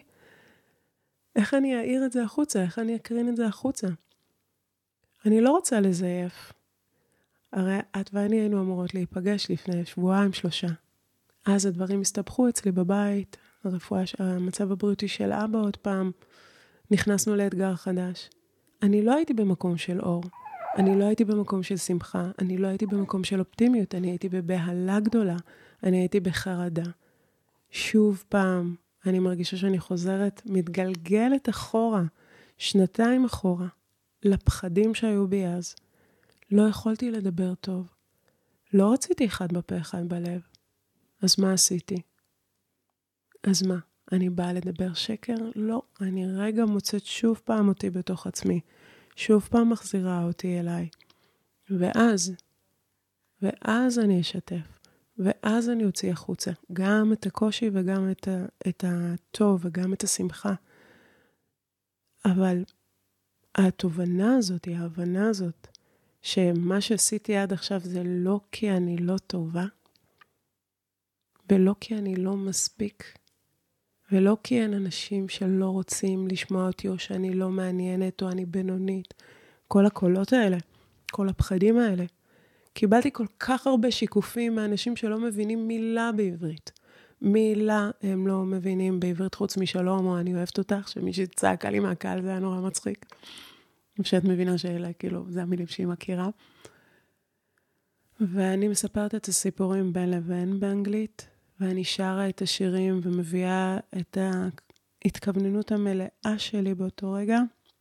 איך אני אעיר את זה החוצה? איך אני אקרין את זה החוצה? אני לא רוצה לזייף. הרי את ואני היינו אמורות להיפגש לפני שבועיים שלושה. אז הדברים הסתבכו אצלי בבית, הרפואה, המצב הבריאותי של אבא עוד פעם, נכנסנו לאתגר חדש. אני לא הייתי במקום של אור, אני לא הייתי במקום של שמחה, אני לא הייתי במקום של אופטימיות, אני הייתי בבהלה גדולה, אני הייתי בחרדה. שוב פעם, אני מרגישה שאני חוזרת, מתגלגלת אחורה, שנתיים אחורה, לפחדים שהיו בי אז. לא יכולתי לדבר טוב. לא רציתי אחד בפה אחד בלב. אז מה עשיתי? אז מה? אני באה לדבר שקר? לא. אני רגע מוצאת שוב פעם אותי בתוך עצמי. שוב פעם מחזירה אותי אליי. ואז, ואז אני אשתף. ואז אני אוציא החוצה. גם את הקושי וגם את, ה, את הטוב וגם את השמחה. אבל התובנה הזאת, ההבנה הזאת, שמה שעשיתי עד עכשיו זה לא כי אני לא טובה, ולא כי אני לא מספיק, ולא כי אין אנשים שלא רוצים לשמוע אותי, או שאני לא מעניינת, או אני בינונית. כל הקולות האלה, כל הפחדים האלה. קיבלתי כל כך הרבה שיקופים מאנשים שלא מבינים מילה בעברית. מילה הם לא מבינים בעברית חוץ משלום, או אני אוהבת אותך, שמישהי צעקה לי מהקהל, זה היה נורא מצחיק. שאת מבינה שאלה, כאילו, זה המילים שהיא מכירה. ואני מספרת את הסיפורים בין לבין באנגלית, ואני שרה את השירים ומביאה את ההתכווננות המלאה שלי באותו רגע,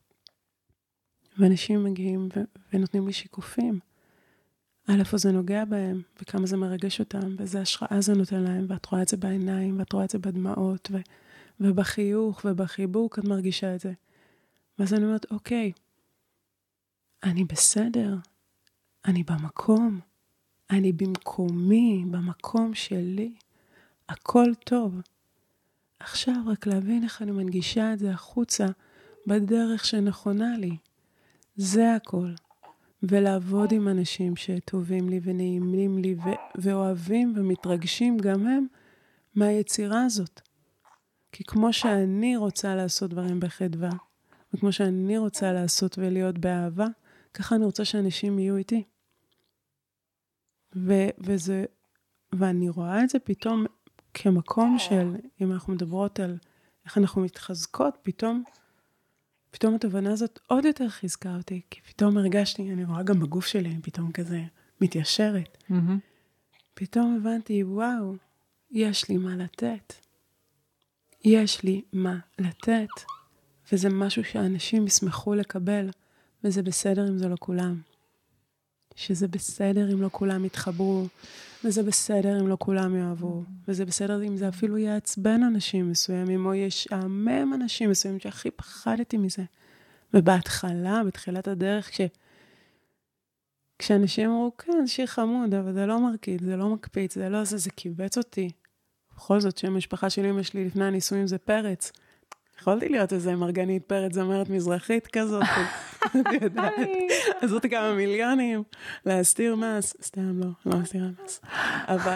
ואנשים מגיעים ו- ונותנים לי שיקופים. על איפה זה נוגע בהם, וכמה זה מרגש אותם, ואיזה השראה זה נותן להם, ואת רואה את זה בעיניים, ואת רואה את זה בדמעות, ו- ובחיוך ובחיבוק, את מרגישה את זה. ואז אני אומרת, אוקיי, אני בסדר, אני במקום, אני במקומי, במקום שלי, הכל טוב. עכשיו רק להבין איך אני מנגישה את זה החוצה, בדרך שנכונה לי. זה הכל. ולעבוד עם אנשים שטובים לי ונעימים לי ו- ואוהבים ומתרגשים גם הם מהיצירה הזאת. כי כמו שאני רוצה לעשות דברים בחדווה, וכמו שאני רוצה לעשות ולהיות באהבה, ככה אני רוצה שאנשים יהיו איתי. ו- וזה, ואני רואה את זה פתאום כמקום של, אם אנחנו מדברות על איך אנחנו מתחזקות, פתאום, פתאום התובנה הזאת עוד יותר חיזקה אותי, כי פתאום הרגשתי, אני רואה גם בגוף שלי, אני פתאום כזה מתיישרת. Mm-hmm. פתאום הבנתי, וואו, יש לי מה לתת. יש לי מה לתת. וזה משהו שאנשים ישמחו לקבל, וזה בסדר אם זה לא כולם. שזה בסדר אם לא כולם יתחברו, וזה בסדר אם לא כולם יאהבו, וזה בסדר אם זה אפילו יעצבן אנשים מסוימים, או ישעמם אנשים מסוימים, שהכי פחדתי מזה. ובהתחלה, בתחילת הדרך, כש... כשאנשים אמרו, כן, שיר חמוד, אבל זה לא מרקיד, זה לא מקפיץ, זה לא זה, זה קיבץ אותי. בכל זאת, שהמשפחה של אמא שלי לפני הנישואים זה פרץ. יכולתי להיות איזה מרגנית פרץ, זמרת מזרחית כזאת, את יודעת, עזרתי כמה מיליונים, להסתיר מס, סתם לא, לא להסתיר מס, אבל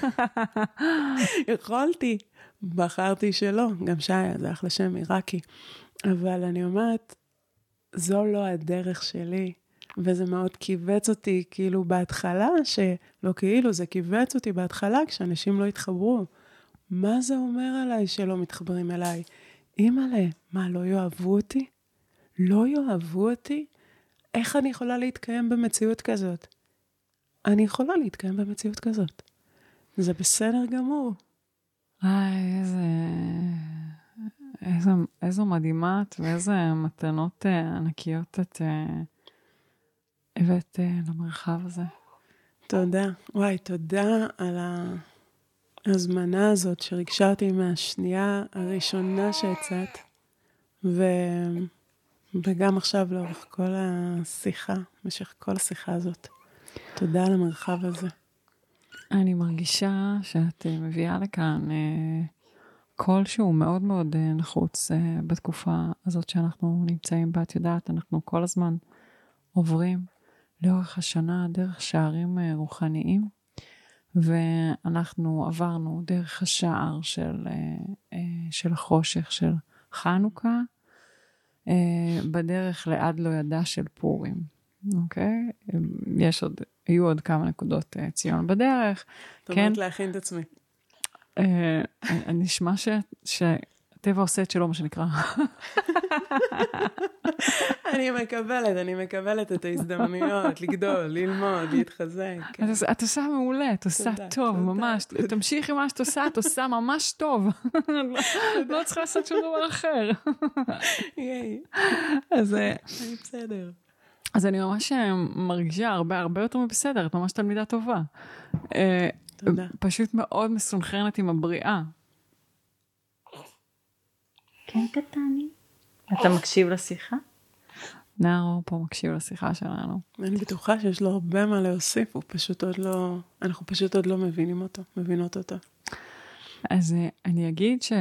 יכולתי, בחרתי שלא, גם שיה, זה אחלה שם, עיראקי, אבל אני אומרת, זו לא הדרך שלי, וזה מאוד קיבץ אותי, כאילו בהתחלה, שלא כאילו, זה קיבץ אותי בהתחלה, כשאנשים לא התחברו. מה זה אומר עליי שלא מתחברים אליי? אימא'לה, מה, לא יאהבו אותי? לא יאהבו אותי? איך אני יכולה להתקיים במציאות כזאת? אני יכולה להתקיים במציאות כזאת. זה בסדר גמור. איי, איזה... איזה, איזו מדהימה את, ואיזה מתנות uh, ענקיות את uh, הבאת uh, למרחב הזה. תודה. וואי, תודה על ההזמנה הזאת שריגשה אותי מהשנייה הראשונה שיצאת, ו... וגם עכשיו לאורך כל השיחה, במשך כל השיחה הזאת. תודה על המרחב הזה. אני מרגישה שאת uh, מביאה לכאן uh, קול שהוא מאוד מאוד uh, נחוץ uh, בתקופה הזאת שאנחנו נמצאים בה. את יודעת, אנחנו כל הזמן עוברים לאורך השנה דרך שערים uh, רוחניים, ואנחנו עברנו דרך השער של, uh, uh, של החושך של חנוכה, uh, בדרך לעד לא ידע של פורים. אוקיי? יש עוד, היו עוד כמה נקודות uh, ציון בדרך. זאת אומרת להכין את עצמי. Uh, נשמע ש, שהטבע עושה את שלו, מה שנקרא. אני מקבלת, אני מקבלת את ההזדמנויות, לגדול, ללמוד, להתחזק. את עושה מעולה, את עושה טוב, ממש. תמשיכי מה שאת עושה, את עושה ממש טוב. לא צריכה לעשות שום דבר אחר. ייי. אז אני בסדר. אז אני ממש מרגישה הרבה, הרבה יותר מבסדר, את ממש תלמידה טובה. תודה. פשוט מאוד מסונכרנת עם הבריאה. כן, קטני. אתה מקשיב לשיחה? נער פה מקשיב לשיחה שלנו. אני בטוחה שיש לו הרבה מה להוסיף, הוא פשוט עוד לא, אנחנו פשוט עוד לא מבינים אותו, מבינות אותו. אז אני אגיד שאת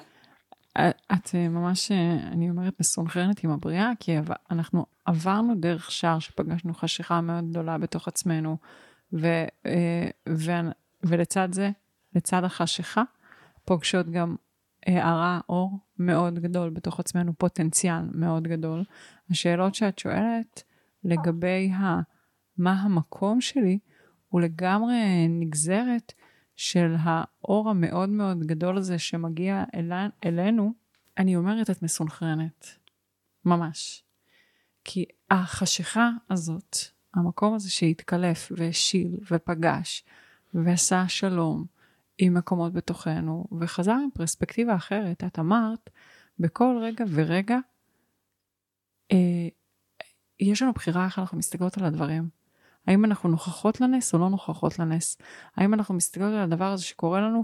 ממש, אני אומרת, מסונכרנת עם הבריאה, כי אנחנו עברנו דרך שער שפגשנו חשיכה מאוד גדולה בתוך עצמנו, ו, ו, ולצד זה, לצד החשיכה, פוגשות גם הערה, אור מאוד גדול בתוך עצמנו, פוטנציאל מאוד גדול. השאלות שאת שואלת לגבי מה המקום שלי, הוא לגמרי נגזרת של האור המאוד מאוד גדול הזה שמגיע אל, אלינו. אני אומרת, את מסונכרנת. ממש. כי החשיכה הזאת, המקום הזה שהתקלף והשיל ופגש ועשה שלום עם מקומות בתוכנו וחזר עם פרספקטיבה אחרת, את אמרת, בכל רגע ורגע אה, יש לנו בחירה איך אנחנו מסתכלות על הדברים. האם אנחנו נוכחות לנס או לא נוכחות לנס? האם אנחנו מסתכלות על הדבר הזה שקורה לנו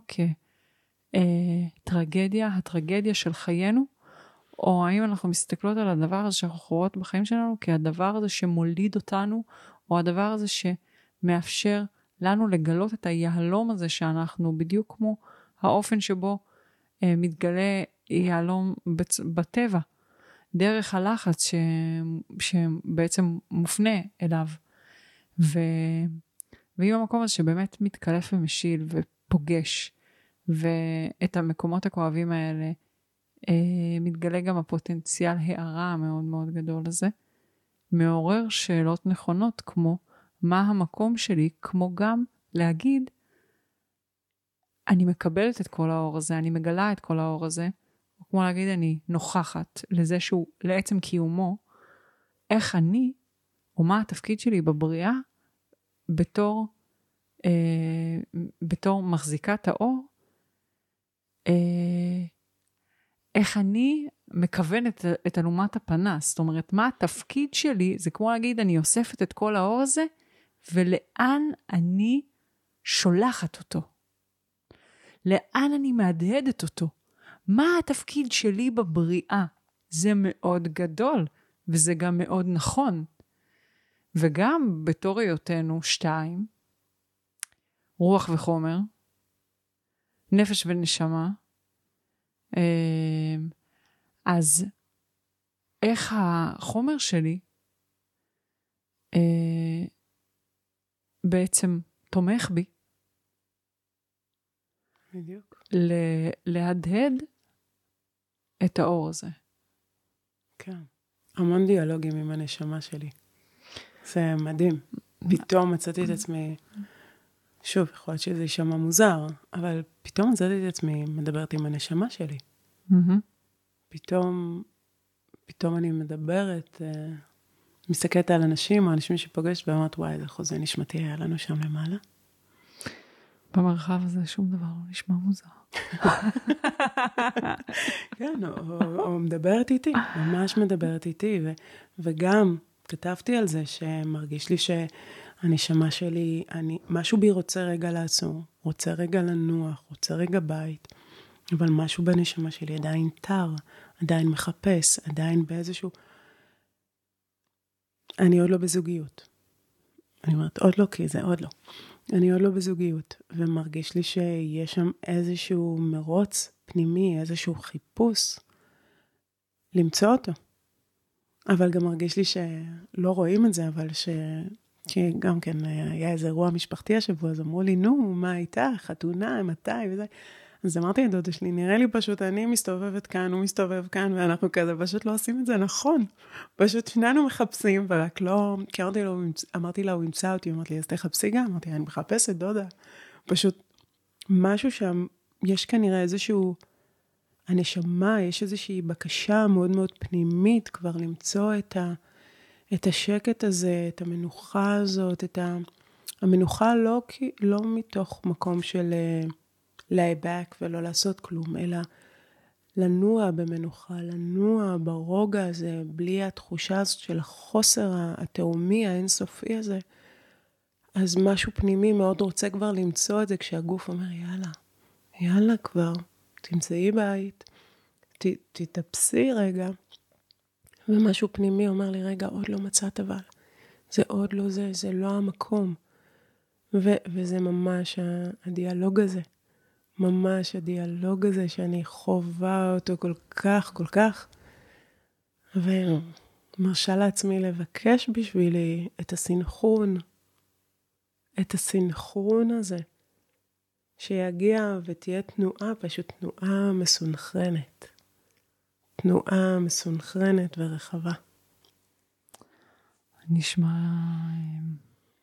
כטרגדיה, הטרגדיה של חיינו, או האם אנחנו מסתכלות על הדבר הזה שאנחנו חורות בחיים שלנו כהדבר הזה שמוליד אותנו, או הדבר הזה שמאפשר לנו לגלות את היהלום הזה שאנחנו, בדיוק כמו האופן שבו אה, מתגלה יהלום בטבע, דרך הלחץ ש... שבעצם מופנה אליו. ו... ועם המקום הזה שבאמת מתקלף ומשיל ופוגש, ואת המקומות הכואבים האלה, אה, מתגלה גם הפוטנציאל הערה המאוד מאוד גדול הזה, מעורר שאלות נכונות כמו מה המקום שלי, כמו גם להגיד, אני מקבלת את כל האור הזה, אני מגלה את כל האור הזה, או כמו להגיד אני נוכחת לזה שהוא לעצם קיומו, איך אני, או מה התפקיד שלי בבריאה, בתור, אה, בתור מחזיקת האור, אה, איך אני מכוון את, את אלומת הפנס. זאת אומרת, מה התפקיד שלי, זה כמו להגיד, אני אוספת את כל האור הזה, ולאן אני שולחת אותו. לאן אני מהדהדת אותו. מה התפקיד שלי בבריאה? זה מאוד גדול, וזה גם מאוד נכון. וגם בתור היותנו שתיים, רוח וחומר, נפש ונשמה, אז איך החומר שלי בעצם תומך בי, בדיוק. להדהד את האור הזה. כן. המון דיאלוגים עם הנשמה שלי. זה מדהים. פתאום מצאתי את עצמי, שוב, יכול להיות שזה יישמע מוזר, אבל פתאום מצאתי את עצמי מדברת עם הנשמה שלי. פתאום, פתאום אני מדברת, מסתכלת על אנשים, או אנשים שפוגשת, ואומרת, וואי, זה חוזה נשמתי היה לנו שם למעלה. במרחב הזה שום דבר לא נשמע מוזר. כן, או, או מדברת איתי, ממש מדברת איתי, ו, וגם כתבתי על זה שמרגיש לי שהנשמה שלי, אני, משהו בי רוצה רגע לעצור, רוצה רגע לנוח, רוצה רגע בית, אבל משהו בנשמה שלי עדיין תר, עדיין מחפש, עדיין באיזשהו... אני עוד לא בזוגיות. אני אומרת, עוד לא, כי זה עוד לא. אני עוד לא בזוגיות, ומרגיש לי שיש שם איזשהו מרוץ פנימי, איזשהו חיפוש, למצוא אותו. אבל גם מרגיש לי שלא רואים את זה, אבל ש... כי גם כן היה איזה אירוע משפחתי השבוע, אז אמרו לי, נו, מה הייתה? חתונה, מתי? וזה. אז אמרתי לדודה שלי, נראה לי פשוט אני מסתובבת כאן, הוא מסתובב כאן, ואנחנו כזה פשוט לא עושים את זה נכון. פשוט שנינו מחפשים, ורק לא, כי אמרתי, לו, אמרתי לה, הוא ימצא אותי, אמרתי לי, אז תחפשי גם, אמרתי, אני מחפשת דודה. פשוט משהו שם, יש כנראה איזשהו, הנשמה, יש איזושהי בקשה מאוד מאוד פנימית, כבר למצוא את, ה, את השקט הזה, את המנוחה הזאת, את ה, המנוחה לא, לא מתוך מקום של... lay back ולא לעשות כלום, אלא לנוע במנוחה, לנוע ברוגע הזה, בלי התחושה הזאת של החוסר התאומי, האינסופי הזה. אז משהו פנימי מאוד רוצה כבר למצוא את זה, כשהגוף אומר, יאללה, יאללה כבר, תמצאי בית, ת, תתאפסי רגע. ומשהו פנימי אומר לי, רגע, עוד לא מצאת אבל. זה עוד לא זה, זה לא המקום. ו, וזה ממש הדיאלוג הזה. ממש הדיאלוג הזה שאני חובה אותו כל כך, כל כך, ומרשה לעצמי לבקש בשבילי את הסינכרון, את הסינכרון הזה, שיגיע ותהיה תנועה, פשוט תנועה מסונכרנת, תנועה מסונכרנת ורחבה. נשמע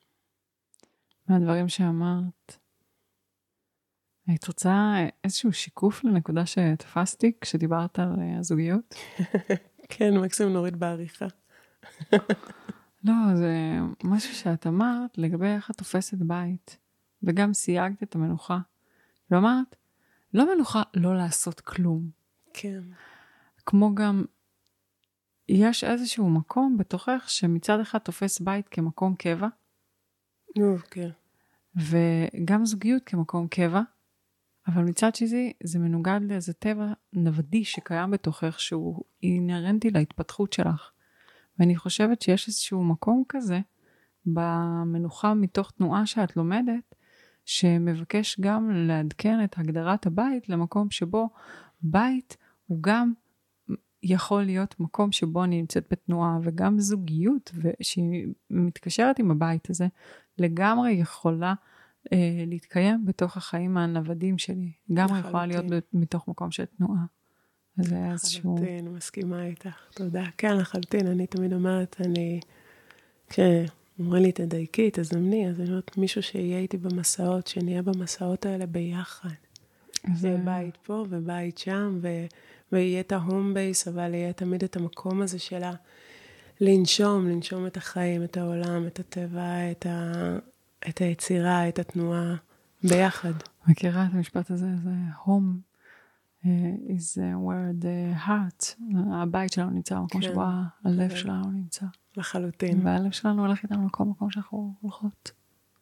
מהדברים שאמרת. היית רוצה איזשהו שיקוף לנקודה שתפסתי כשדיברת על הזוגיות? כן, מקסימום נוריד בעריכה. לא, זה משהו שאת אמרת לגבי איך את תופסת בית, וגם סייגת את המנוחה. ואמרת, לא מנוחה לא לעשות כלום. כן. כמו גם, יש איזשהו מקום בתוכך שמצד אחד תופס בית כמקום קבע, אוקיי. וגם זוגיות כמקום קבע, אבל מצד שני זה מנוגד לאיזה טבע נבדי שקיים בתוכך, שהוא אינרנטי להתפתחות שלך. ואני חושבת שיש איזשהו מקום כזה, במנוחה מתוך תנועה שאת לומדת, שמבקש גם לעדכן את הגדרת הבית למקום שבו בית הוא גם יכול להיות מקום שבו אני נמצאת בתנועה, וגם זוגיות שהיא מתקשרת עם הבית הזה, לגמרי יכולה אה, להתקיים בתוך החיים הנוודים שלי. לגמרי יכולה להיות מתוך מקום של תנועה. אז זה איזשהו... לחלוטין, מסכימה איתך, תודה. כן, לחלוטין, אני תמיד אומרת, אני... כשאומרים לי תדייקי, תזמני, אז אני אומרת, מישהו שיהיה איתי במסעות, שנהיה במסעות האלה ביחד. זה בית פה ובית שם, ו... ויהיה את ההום בייס, אבל יהיה תמיד את המקום הזה שלה לנשום, לנשום את החיים, את העולם, את הטבע, את, ה... את היצירה, את התנועה, ביחד. מכירה את המשפט הזה, זה home uh, is where the heart, הבית שלנו נמצא, המקום כן. שבו הלב כן. שלנו נמצא. לחלוטין. והלב שלנו הולך איתנו לכל מקום שאנחנו הולכות.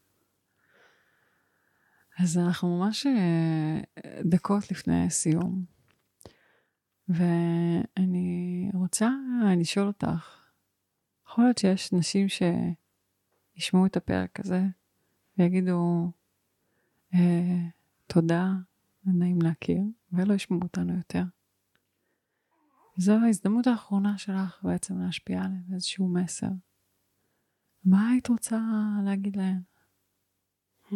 אז אנחנו ממש דקות לפני סיום. ואני רוצה לשאול אותך, יכול להיות שיש נשים שישמעו את הפרק הזה, ויגידו, אה, תודה, נעים להכיר, ולא ישמעו אותנו יותר. זו ההזדמנות האחרונה שלך בעצם להשפיע עליהם, איזשהו מסר. מה היית רוצה להגיד להם? Hmm.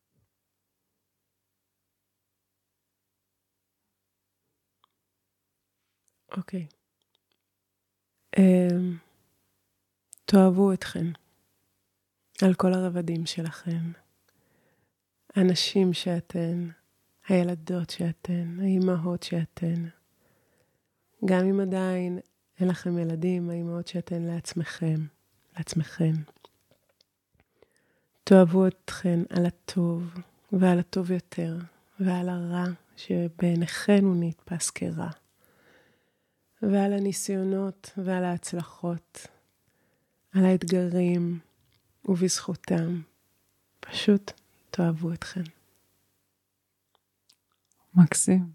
אוקיי. Okay. Um, תאהבו אתכם. על כל הרבדים שלכם. הנשים שאתן, הילדות שאתן, האימהות שאתן. גם אם עדיין אין לכם ילדים, האימהות שאתן לעצמכם, לעצמכם. תאהבו אתכן על הטוב ועל הטוב יותר, ועל הרע שבעיניכן הוא נתפס כרע. ועל הניסיונות ועל ההצלחות, על האתגרים ובזכותם. פשוט תאהבו אתכם. מקסים.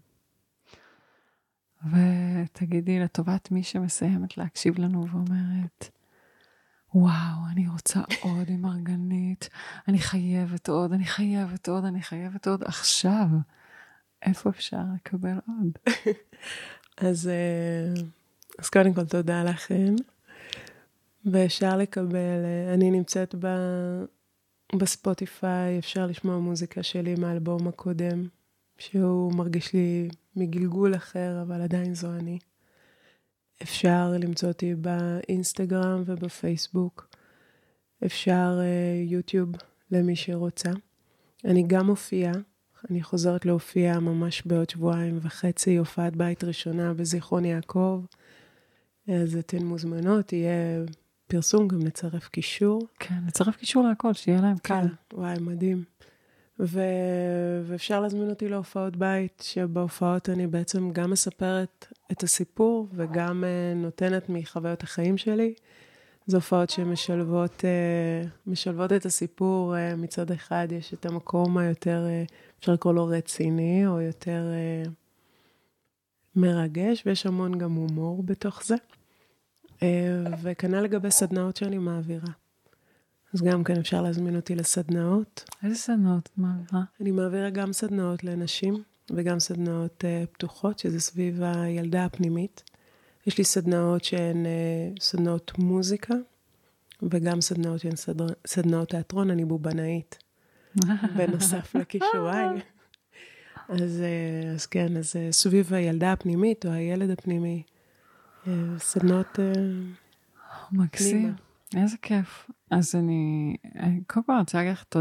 ותגידי לטובת מי שמסיימת להקשיב לנו ואומרת, וואו, אני רוצה עוד עם מרגנית, אני חייבת עוד, אני חייבת עוד, אני חייבת עוד עכשיו. איפה אפשר לקבל עוד? אז, אז קודם כל תודה לכם. ואפשר לקבל, אני נמצאת ב, בספוטיפיי, אפשר לשמוע מוזיקה שלי מהאלבום הקודם, שהוא מרגיש לי מגלגול אחר, אבל עדיין זו אני. אפשר למצוא אותי באינסטגרם ובפייסבוק. אפשר uh, יוטיוב למי שרוצה. אני גם מופיעה, אני חוזרת להופיע ממש בעוד שבועיים וחצי, הופעת בית ראשונה בזיכרון יעקב. אז אתן מוזמנות, יהיה פרסום, גם נצרף קישור. כן, נצרף קישור להכל, שיהיה להם קל. כן, וואי, מדהים. ו... ואפשר להזמין אותי להופעות בית, שבהופעות אני בעצם גם מספרת את הסיפור, וגם uh, נותנת מחוויות החיים שלי. זו הופעות שמשלבות uh, משלבות את הסיפור. Uh, מצד אחד יש את המקום היותר, uh, אפשר לקרוא לו רציני, או יותר uh, מרגש, ויש המון גם הומור בתוך זה. Uh, וכנ"ל לגבי סדנאות שאני מעבירה. אז גם כן אפשר להזמין אותי לסדנאות. איזה סדנאות את מעבירה? אני מעבירה גם סדנאות לנשים, וגם סדנאות uh, פתוחות, שזה סביב הילדה הפנימית. יש לי סדנאות שהן uh, סדנאות מוזיקה, וגם סדנאות שהן סדר... סדנאות תיאטרון, אני בובנאית. בנוסף לכישוריי. אז, uh, אז כן, אז uh, סביב הילדה הפנימית, או הילד הפנימי, uh, סדנאות uh, מקסים. פנימה. איזה כיף. אז אני, אני קודם כל רוצה להגיד לך תודה.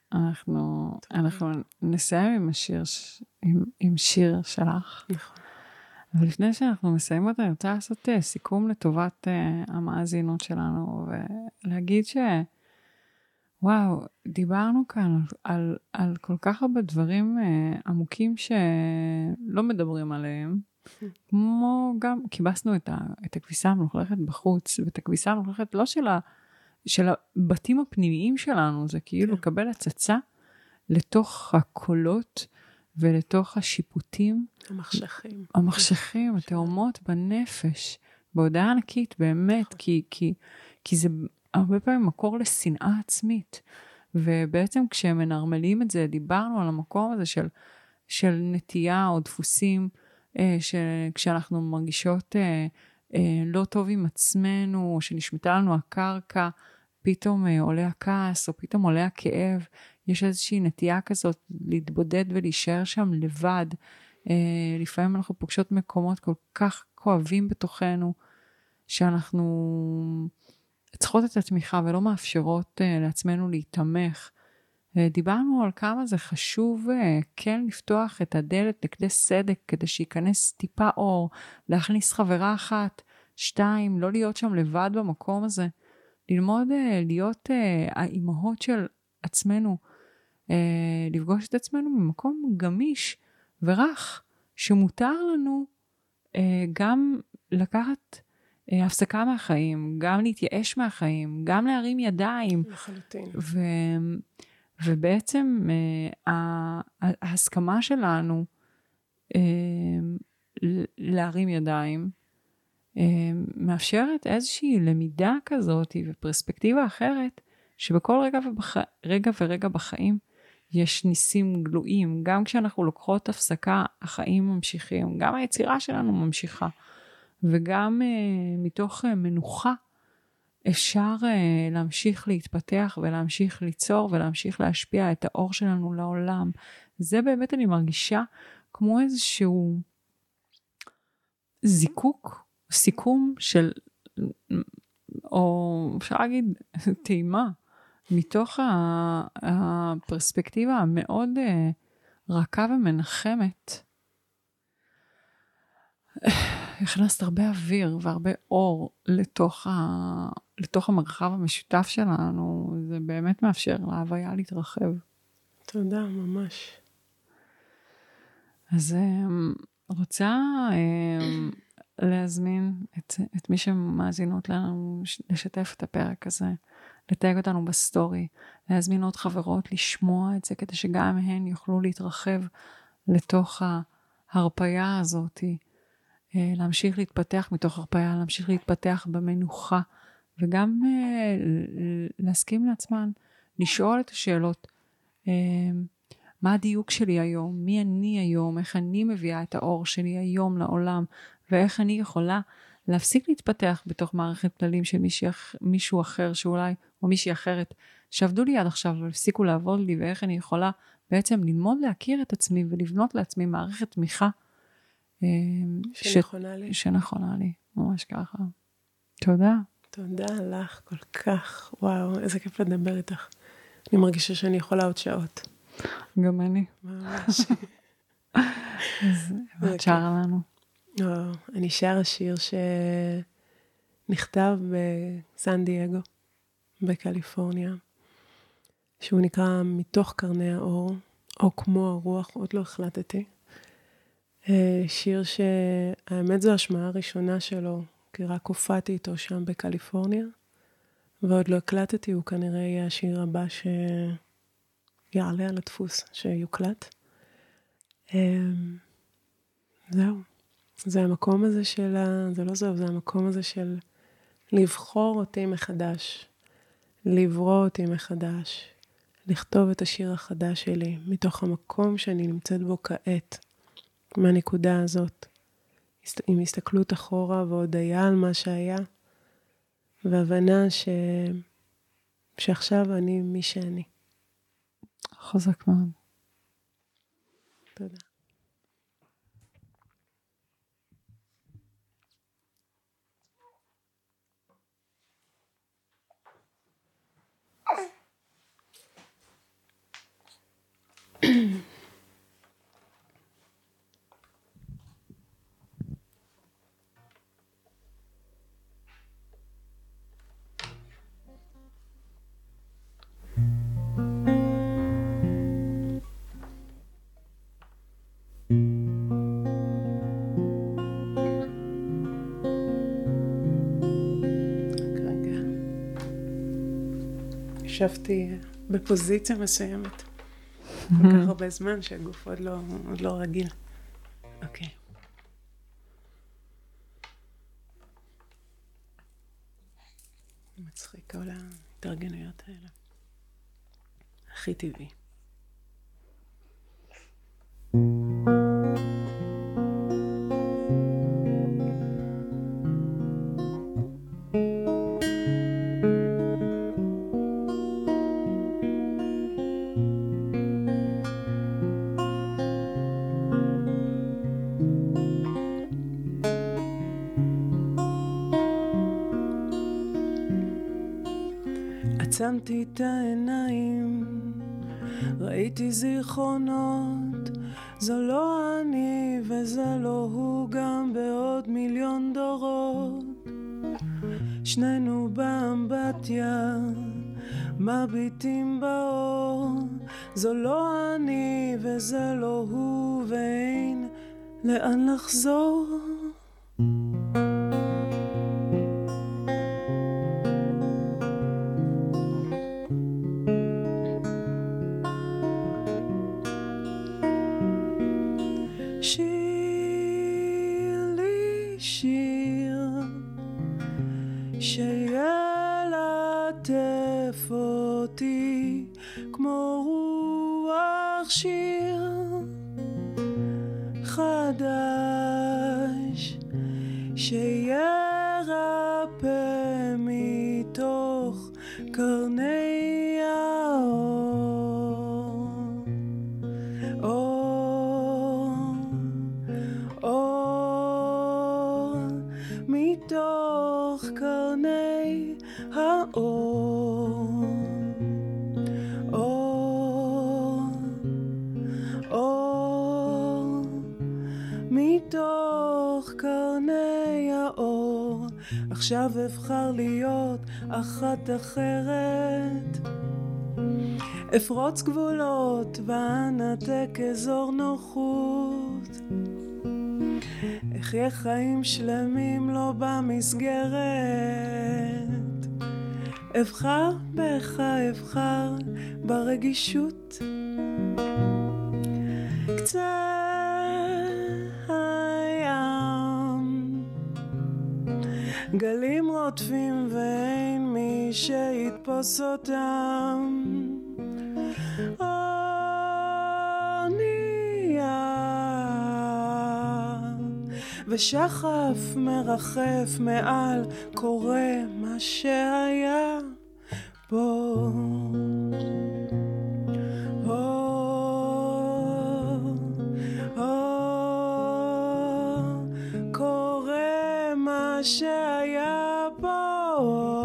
אנחנו, אנחנו נסיים עם השיר, עם, עם שיר שלך. נכון. אבל לפני שאנחנו מסיימים אותה, אני רוצה לעשות uh, סיכום לטובת uh, המאזינות שלנו, ולהגיד ש... וואו, דיברנו כאן על, על כל כך הרבה דברים uh, עמוקים שלא מדברים עליהם, כמו גם קיבסנו את, ה, את הכביסה המלוכלכת בחוץ, ואת הכביסה המלוכלכת לא של, ה, של הבתים הפנימיים שלנו, זה כאילו כן. לקבל הצצה לתוך הקולות ולתוך השיפוטים. המחשכים. המחשכים, התאומות בנפש, בהודעה ענקית באמת, כי, כי, כי זה הרבה פעמים מקור לשנאה עצמית. ובעצם כשמנרמלים את זה, דיברנו על המקום הזה של, של נטייה או דפוסים, שכשאנחנו מרגישות לא טוב עם עצמנו, או שנשמטה לנו הקרקע, פתאום עולה הכעס, או פתאום עולה הכאב, יש איזושהי נטייה כזאת להתבודד ולהישאר שם לבד. לפעמים אנחנו פוגשות מקומות כל כך כואבים בתוכנו, שאנחנו צריכות את התמיכה ולא מאפשרות לעצמנו להתמך. דיברנו על כמה זה חשוב כן לפתוח את הדלת לכדי סדק, כדי שיכנס טיפה אור, להכניס חברה אחת, שתיים, לא להיות שם לבד במקום הזה, ללמוד להיות האימהות של עצמנו, לפגוש את עצמנו ממקום גמיש ורח, שמותר לנו גם לקחת הפסקה מהחיים, גם להתייאש מהחיים, גם להרים ידיים. לחלוטין. ו... ובעצם ההסכמה שלנו להרים ידיים, מאפשרת איזושהי למידה כזאת ופרספקטיבה אחרת, שבכל רגע, ובח... רגע ורגע בחיים יש ניסים גלויים. גם כשאנחנו לוקחות הפסקה, החיים ממשיכים, גם היצירה שלנו ממשיכה, וגם uh, מתוך uh, מנוחה, אפשר uh, להמשיך להתפתח ולהמשיך ליצור ולהמשיך להשפיע את האור שלנו לעולם. זה באמת אני מרגישה כמו איזשהו זיקוק, סיכום של, או אפשר להגיד טעימה, מתוך הפרספקטיבה המאוד רכה ומנחמת. הכנסת הרבה אוויר והרבה אור לתוך, ה... לתוך המרחב המשותף שלנו. זה באמת מאפשר להוויה להתרחב. תודה, ממש. אז רוצה להזמין את, את מי שמאזינות לנו לשתף את הפרק הזה, לתייג אותנו בסטורי, להזמין עוד חברות לשמוע את זה, כדי שגם הן יוכלו להתרחב לתוך ההרפאיה הזאת, להמשיך להתפתח מתוך הרפאיה, להמשיך להתפתח במנוחה, וגם להסכים לעצמן, לשאול את השאלות, מה הדיוק שלי היום, מי אני היום, איך אני מביאה את האור שלי היום לעולם, ואיך אני יכולה להפסיק להתפתח בתוך מערכת כללים של מישהו, מישהו אחר שאולי, או מישהי אחרת, שעבדו לי עד עכשיו והפסיקו לעבוד לי, ואיך אני יכולה בעצם ללמוד להכיר את עצמי ולבנות לעצמי מערכת תמיכה, שנכונה לי. שנכונה לי, ממש ככה. תודה. תודה לך כל כך, וואו, איזה כיף לדבר איתך. אני מרגישה שאני יכולה עוד שעות. גם אני. ממש. אז את שרה לנו. וואו, אני שרה שיר שנכתב בסן דייגו, בקליפורניה, שהוא נקרא מתוך קרני האור, או כמו הרוח, עוד לא החלטתי. שיר שהאמת זו השמעה הראשונה שלו, כי רק הופעתי איתו שם בקליפורניה, ועוד לא הקלטתי, הוא כנראה יהיה השיר הבא שיעלה על הדפוס שיוקלט. זהו. זה המקום הזה של, זה לא זהו, זה המקום הזה של לבחור אותי מחדש, לברוא אותי מחדש, לכתוב את השיר החדש שלי, מתוך המקום שאני נמצאת בו כעת, מהנקודה הזאת, עם הסתכלות אחורה והודעה על מה שהיה, והבנה ש... שעכשיו אני מי שאני. חזק מאוד. תודה. ישבתי בפוזיציה מסוימת. כל כך הרבה זמן שהגוף עוד לא, עוד לא רגיל. אוקיי. מצחיק כל ההתארגנויות האלה. הכי טבעי. עצמתי את העיניים, ראיתי זיכרונות, זו לא אני וזה לא הוא גם בעוד מיליון דורות. שנינו באמבטיה, מביטים באור, זו לא אני וזה לא הוא ואין לאן לחזור. שיר לי שיר שילטף אותי כמו רוח שיר חדש שירפא מתוך קרני האור. אור, אור מתוך קרני האור. אור, אור מתוך קרני האור. עכשיו אבחר להיות אחת אחרת, אפרוץ גבולות ואנתק אזור נוחות, אחיה חיים שלמים לא במסגרת. אבחר בך, אבחר ברגישות. קצה הים, גלים רוטפים ואין מי שיתפוס אותם. אונייה ושחף מרחף מעל קורא מה שהיה בו. קורא מה שהיה בו.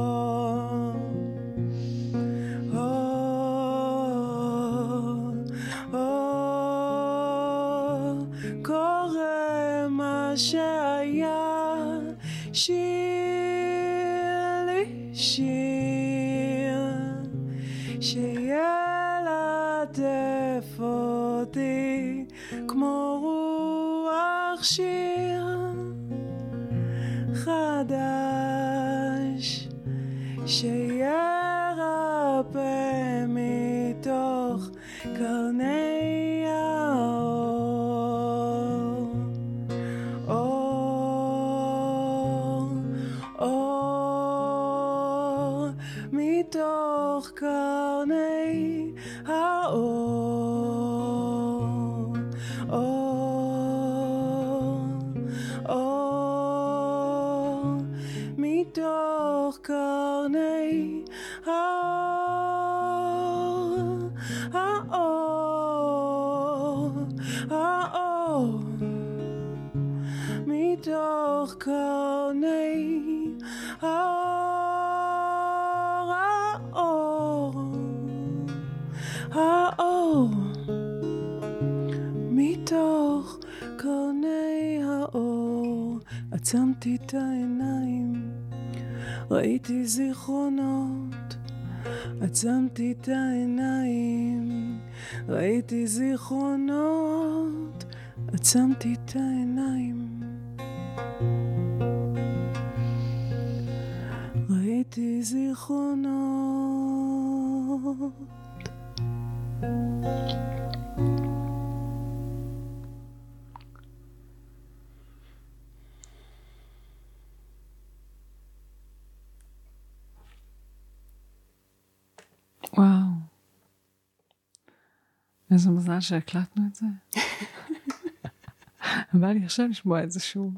קורא מה שהיה. שיר לי שיר שילטף אותי כמו רוח שיר חדש שירפא מתוך קרני האור. אור, אור מתוך קרני האור. אור, אור מתוך קרני האור. האור, האור מתוך קרני האור. האור, האור מתוך קרני האור. עצמתי את העיניים, ראיתי זיכרונות. עצמתי את העיניים, ראיתי זיכרונות. עצמתי את העיניים, ראיתי זיכרונות. וואו. איזה מזל שהקלטנו את זה. בא לי עכשיו לשמוע את זה שוב.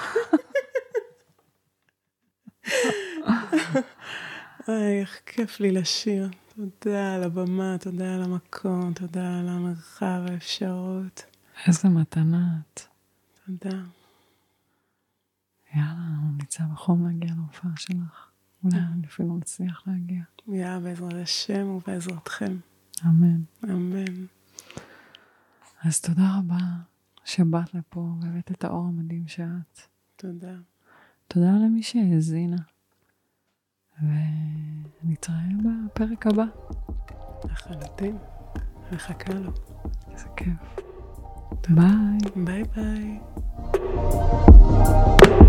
איי, איך כיף לי לשיר. תודה על הבמה, תודה על המקום, תודה על המרחב, האפשרות. איזה מתנת. תודה. יאללה, ממליצה בחום להגיע להופעה שלך. אולי אני אפילו מצליח להגיע. יאללה, בעזרת השם ובעזרתכם. אמן. אמן. אז תודה רבה שבאת לפה והבאת את האור המדהים שאת. תודה. תודה למי שהאזינה. ונתראה בפרק הבא. לחלוטין. מחכה לו. איזה כיף. ביי. ביי ביי.